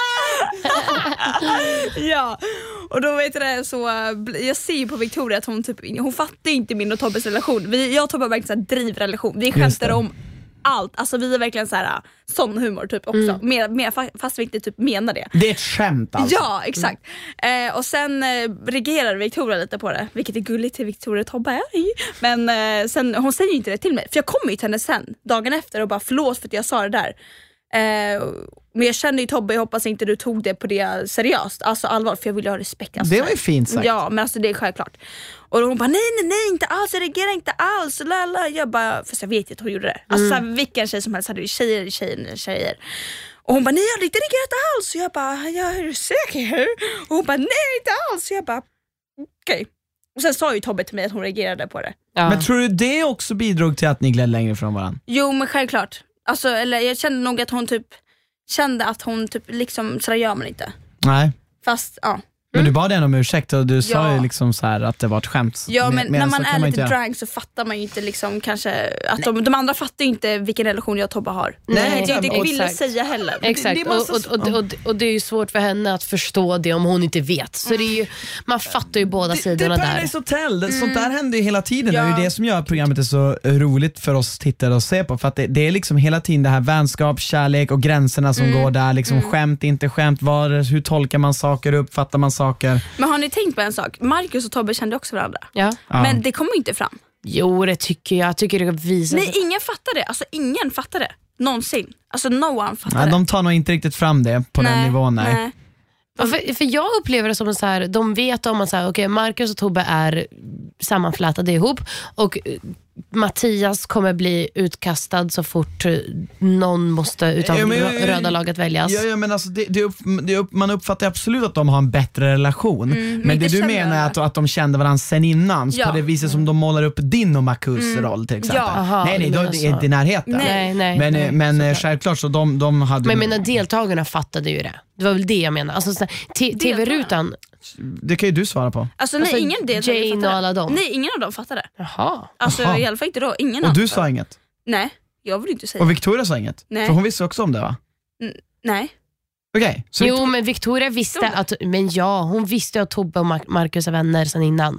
Ja, och då vet jag det så, jag ser ju på Victoria att hon typ, hon fattar inte min och Tobbes relation. Vi, jag och Tobbe har verkligen så här drivrelation. Vi skämtar det. om allt, alltså vi är verkligen så här sån humor typ också. Mm. Mer, mer, fa- fast vi inte typ menar det. Det är ett skämt alltså. Ja, exakt. Eh, och sen eh, reagerar Victoria lite på det, vilket är gulligt till Victoria och Tobbe. Men eh, sen, hon säger ju inte det till mig, för jag kommer ju till henne sen, dagen efter och bara förlåt för att jag sa det där. Eh, men jag kände ju Tobbe, jag hoppas inte du tog det på det seriöst, alltså allvar, för jag vill ju ha respekt. Alltså, Det var ju fint sagt. Ja, men alltså det är självklart. Och hon bara, nej nej nej inte alls, jag reagerar inte alls. Lala. Jag bara, fast jag vet ju att hon gjorde det. Alltså mm. vilken tjej som helst hade ju tjejer, tjejer, tjejer. Och hon bara, nej jag har inte reagerat alls. Och jag bara, ja, är du säker? Och hon bara, nej inte alls. Och jag bara, okej. Okay. Och sen sa ju Tobbe till mig att hon reagerade på det. Ja. Men tror du det också bidrog till att ni gled längre från varandra? Jo men självklart. Alltså, eller jag kände nog att hon typ kände att hon typ liksom, sådär gör man inte. Nej. Fast ja. Men du bad henne om ursäkt och du sa Ja. ju liksom så här att det var ett skämt. Ja, men Mer- när mer man så kan är man lite inte göra. drag så fattar man ju inte liksom kanske att de, de andra fattar ju inte vilken relation jag och Tobbe har. Nej, Nej, jag inte exakt. ville säga heller. Exakt, Det- det är massa- och, och, och, och, och det är ju svårt för henne att förstå det om hon inte vet. Så det är ju, man fattar ju båda Det, det sidorna är där. Paradise Hotel, det- sånt där händer ju hela tiden. Ja. Det är ju det som gör att programmet är så roligt för oss tittare att se på. För att det, det är liksom hela tiden det här vänskap, kärlek och gränserna som går där. Liksom Skämt, inte skämt, var, hur tolkar man saker, uppfattar man saker. Men har ni tänkt på en sak? Marcus och Tobbe kände också varandra. Ja. Ja. Men det kommer ju inte fram. Jo, det tycker jag. Jag tycker det visar Nej, ingen fattar det. Alltså ingen fattar det. Någonsin. Alltså no one fattar Ja, det. de tar nog inte riktigt fram det på den nivån. Nej. Ja, för, för jag upplever det som en så här, de vet om att så här, okay, Marcus och Tobbe är sammanflätade ihop och eh, Mattias kommer bli utkastad så fort eh, någon måste utav Ja, men- rö- röda laget väljas. Ja, ja, men alltså det, det upp, det upp, man uppfattar absolut att de har en bättre relation. men men det inte du känner menar är jag. att, att de kände varandra sen innan, så Ja. på det viset som de målar upp din och Marcus roll till exempel. Ja. Aha, nej, nej, du då menar är det så. inte i närheten. Nej, nej, men nej, men såklart. självklart så de, de hade... Men jag menar, deltagarna fattade ju det. Det var väl det jag menar. Alltså, så här, te- tv-rutan. Det kan ju du svara på. Alltså nej, Alltså, ingen deltagare Jane fattade och alla dem. Nej, ingen av dem fattade. Jaha. Alltså Jaha. i alla fall inte då. Ingen Och av du dem. sa inget? Nej, jag vill inte säga. Och Victoria sa inget? Nej. För hon visste också om det, va? Nej. Okej, så Jo, Victor- men Victoria visste Visste hon att, men ja, hon visste att Tobbe och Mar- Marcus är vänner sedan innan.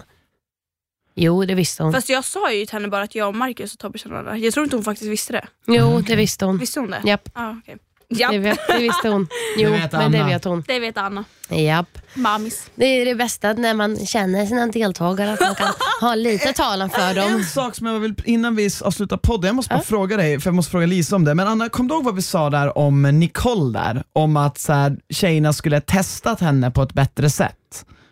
Jo, det visste hon. Fast jag sa ju till henne bara att jag och Marcus och Tobbe känner varandra. Jag tror inte hon faktiskt visste det. Jo, det visste hon. Visste hon det? Japp, Ah, okay. Japp. det, vet, det visste hon. Jo, Det vet men det Anna. vet hon. Det vet Anna. Japp. Mamis. Det är det bästa när man känner sina deltagare, att man kan ha lite talan för dem. En sak som jag vill, innan vi avslutar podden, jag måste bara fråga dig, för jag måste fråga Lisa om det. Men Anna, kom du ihåg vad vi sa där om Nicole där? Om att så här, tjejerna skulle testat henne på ett bättre sätt.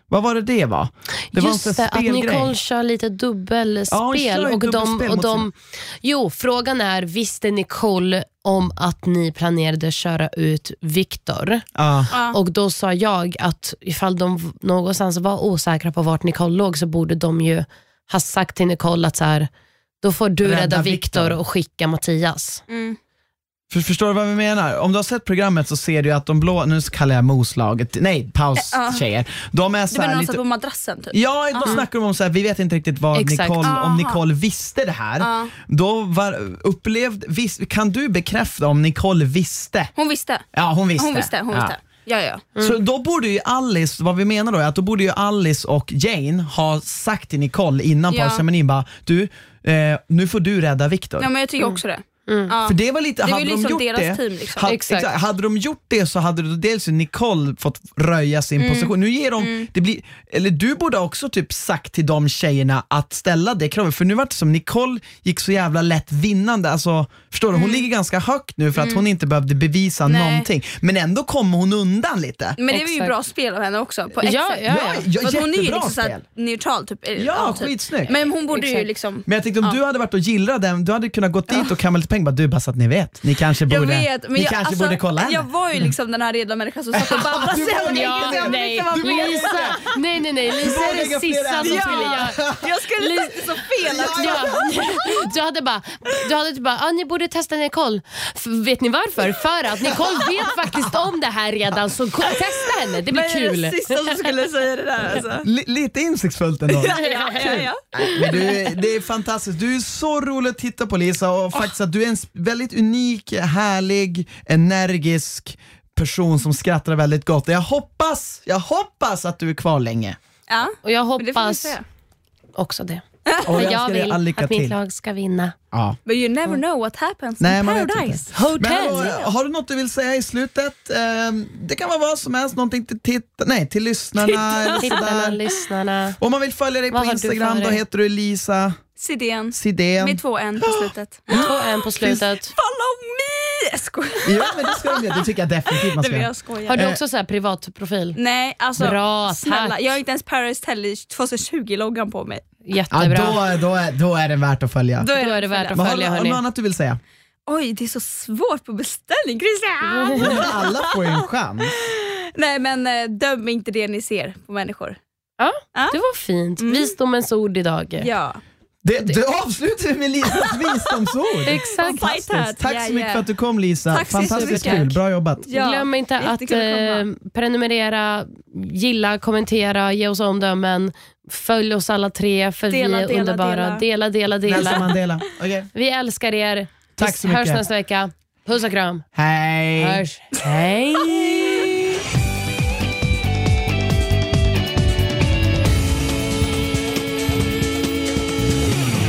Vad var det det var? Det var Just det, att Nicole kör lite dubbelspel. Ja, och de, och de, jo, frågan är, visste Nicole om att ni planerade köra ut Victor? Ja. Ja. Och då sa jag att ifall de någonstans var osäkra på vart Nicole låg, så borde de ju ha sagt till Nicole att så här, då får du rädda, rädda Victor, Victor och skicka Mattias. Mm. För, förstår du vad vi menar? Om du har sett programmet så ser du att de blå, nu kallar jag moslaget, nej, paustjejer. De är så här lite... lite... på madrassen typ. Ja, då Aha. snackar de om så här, vi vet inte riktigt vad Exakt. Nicole, Aha. om Nicole visste det här. Aha. Då var upplevd, vis, kan du bekräfta om Nicole visste? Hon visste. Ja, hon visste. Hon visste, hon ja. visste. Ja, ja. Mm. Så då borde ju Alice, vad vi menar då är att då borde ju Alice och Jane ha sagt till Nicole innan Ja. parceremonin bara, du, eh, nu får du rädda Victor. Ja, men jag tycker mm. också det. Mm. Ja. För det var lite, det var hade ju liksom de gjort deras det, team liksom. ha, Exakt. exakt, hade de gjort det så hade då dels Nicole fått röja sin Mm. position. Nu ger de, Mm. det blir, eller du borde också typ sagt till de tjejerna att ställa det kravet, för nu var det som Nicole gick så jävla lätt vinnande, alltså, förstår du, hon Mm. ligger ganska högt nu för att hon inte behövde bevisa Nej. någonting, men ändå kommer hon undan lite. Men det var ju Exakt. bra spel av henne också på Ja, ett ja, sätt. ja. Ja, För att hon är ju jättebra liksom så spel. här neutral typ. Ja, typ. skitsnyggt. Men hon borde ju Exakt. liksom... Men jag tänkte om Ja. du hade varit och gillrat den, du hade kunnat gått dit och kamma lite pengar, bara, du, bara så att ni vet, ni kanske Jag borde, vet, men ni jag, kanske alltså, borde kolla henne. jag var ju liksom den här redan människan som satt och babblade Du var sig. det. Ja, Jag nej, visste vad jag Lisa, nej, nej, nej, Lisa är lägga det fler sista som än- skulle Ja. göra. Jag skulle Lis- sagt det så fel. Alltså. Ja. Du hade bara, du hade typ bara, ah, ni borde testa Nicole. F- vet ni varför? För att Nicole vet faktiskt om det här redan, så ko- testa henne, det blir Men jag är kul. den sista som skulle säga det där alltså. Li- lite insiktsfullt ändå. Ja, ja, ja, ja. Men du, det är fantastiskt. Du är så rolig att titta på, Lisa, och faktiskt att du är en s- väldigt unik, härlig, energisk person som skrattar väldigt gott. Jag hoppas, jag hoppas att du är kvar länge. Ja, Och jag men det får vi hoppas se. också det. Och För jag jag önskar dig vill all lycka att mitt till. lag ska vinna. Ja. But you never know what happens Nej, in man vet paradise. Men hallå, Hotel. har du något du vill säga i slutet? Ehm, det kan vara vad som helst, någonting till, titta, nej, till lyssnarna. Eller Tittarna, sådär. lyssnarna. Om man vill följa dig Vad på har du för Instagram, då dig? heter du Lisa Sidén. Sidén. Med två en på slutet. Två en på slutet. Follow me! Jag skojar. Ja, men det ska du göra. Det tycker jag definitivt man Det ska vill göra. jag skoja. Har du Eh. också så här privat profil? Nej, alltså Bra, snälla. tack. Jag har inte ens Paradise Hotel tjugo-loggan på mig. Ja, Jättebra. då, då, är, då är det värt att följa. Då är det värt att Men har, följa, har du hörni. något annat du vill säga? Oj, det är så svårt på beställning, Christian! Men alla får ju en chans. Nej, men eh, döm inte det ni ser på människor. Ja, Ja. det var fint. Visdomens ord idag. Ja. Det, det avslutar vi med Lisas visdomsord. Exakt. Fantastiskt. Tack Ja, så mycket ja. för att du kom, Lisa. Att så Fantastiskt mycket. kul, bra jobbat. Ja, Glöm inte att jättekul att komma. eh, prenumerera, gilla, kommentera, ge oss omdömen. Följ oss alla tre, för Dela, vi är dela, underbara. Dela, dela, dela. Nelson Mandela. Okay. Vi älskar er. Tack Vi så mycket. hörs nästa vecka. Puss och kram. Hej. Hörs. Hej.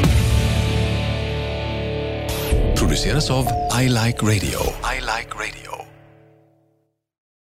Produceras av I Like Radio. I Like Radio.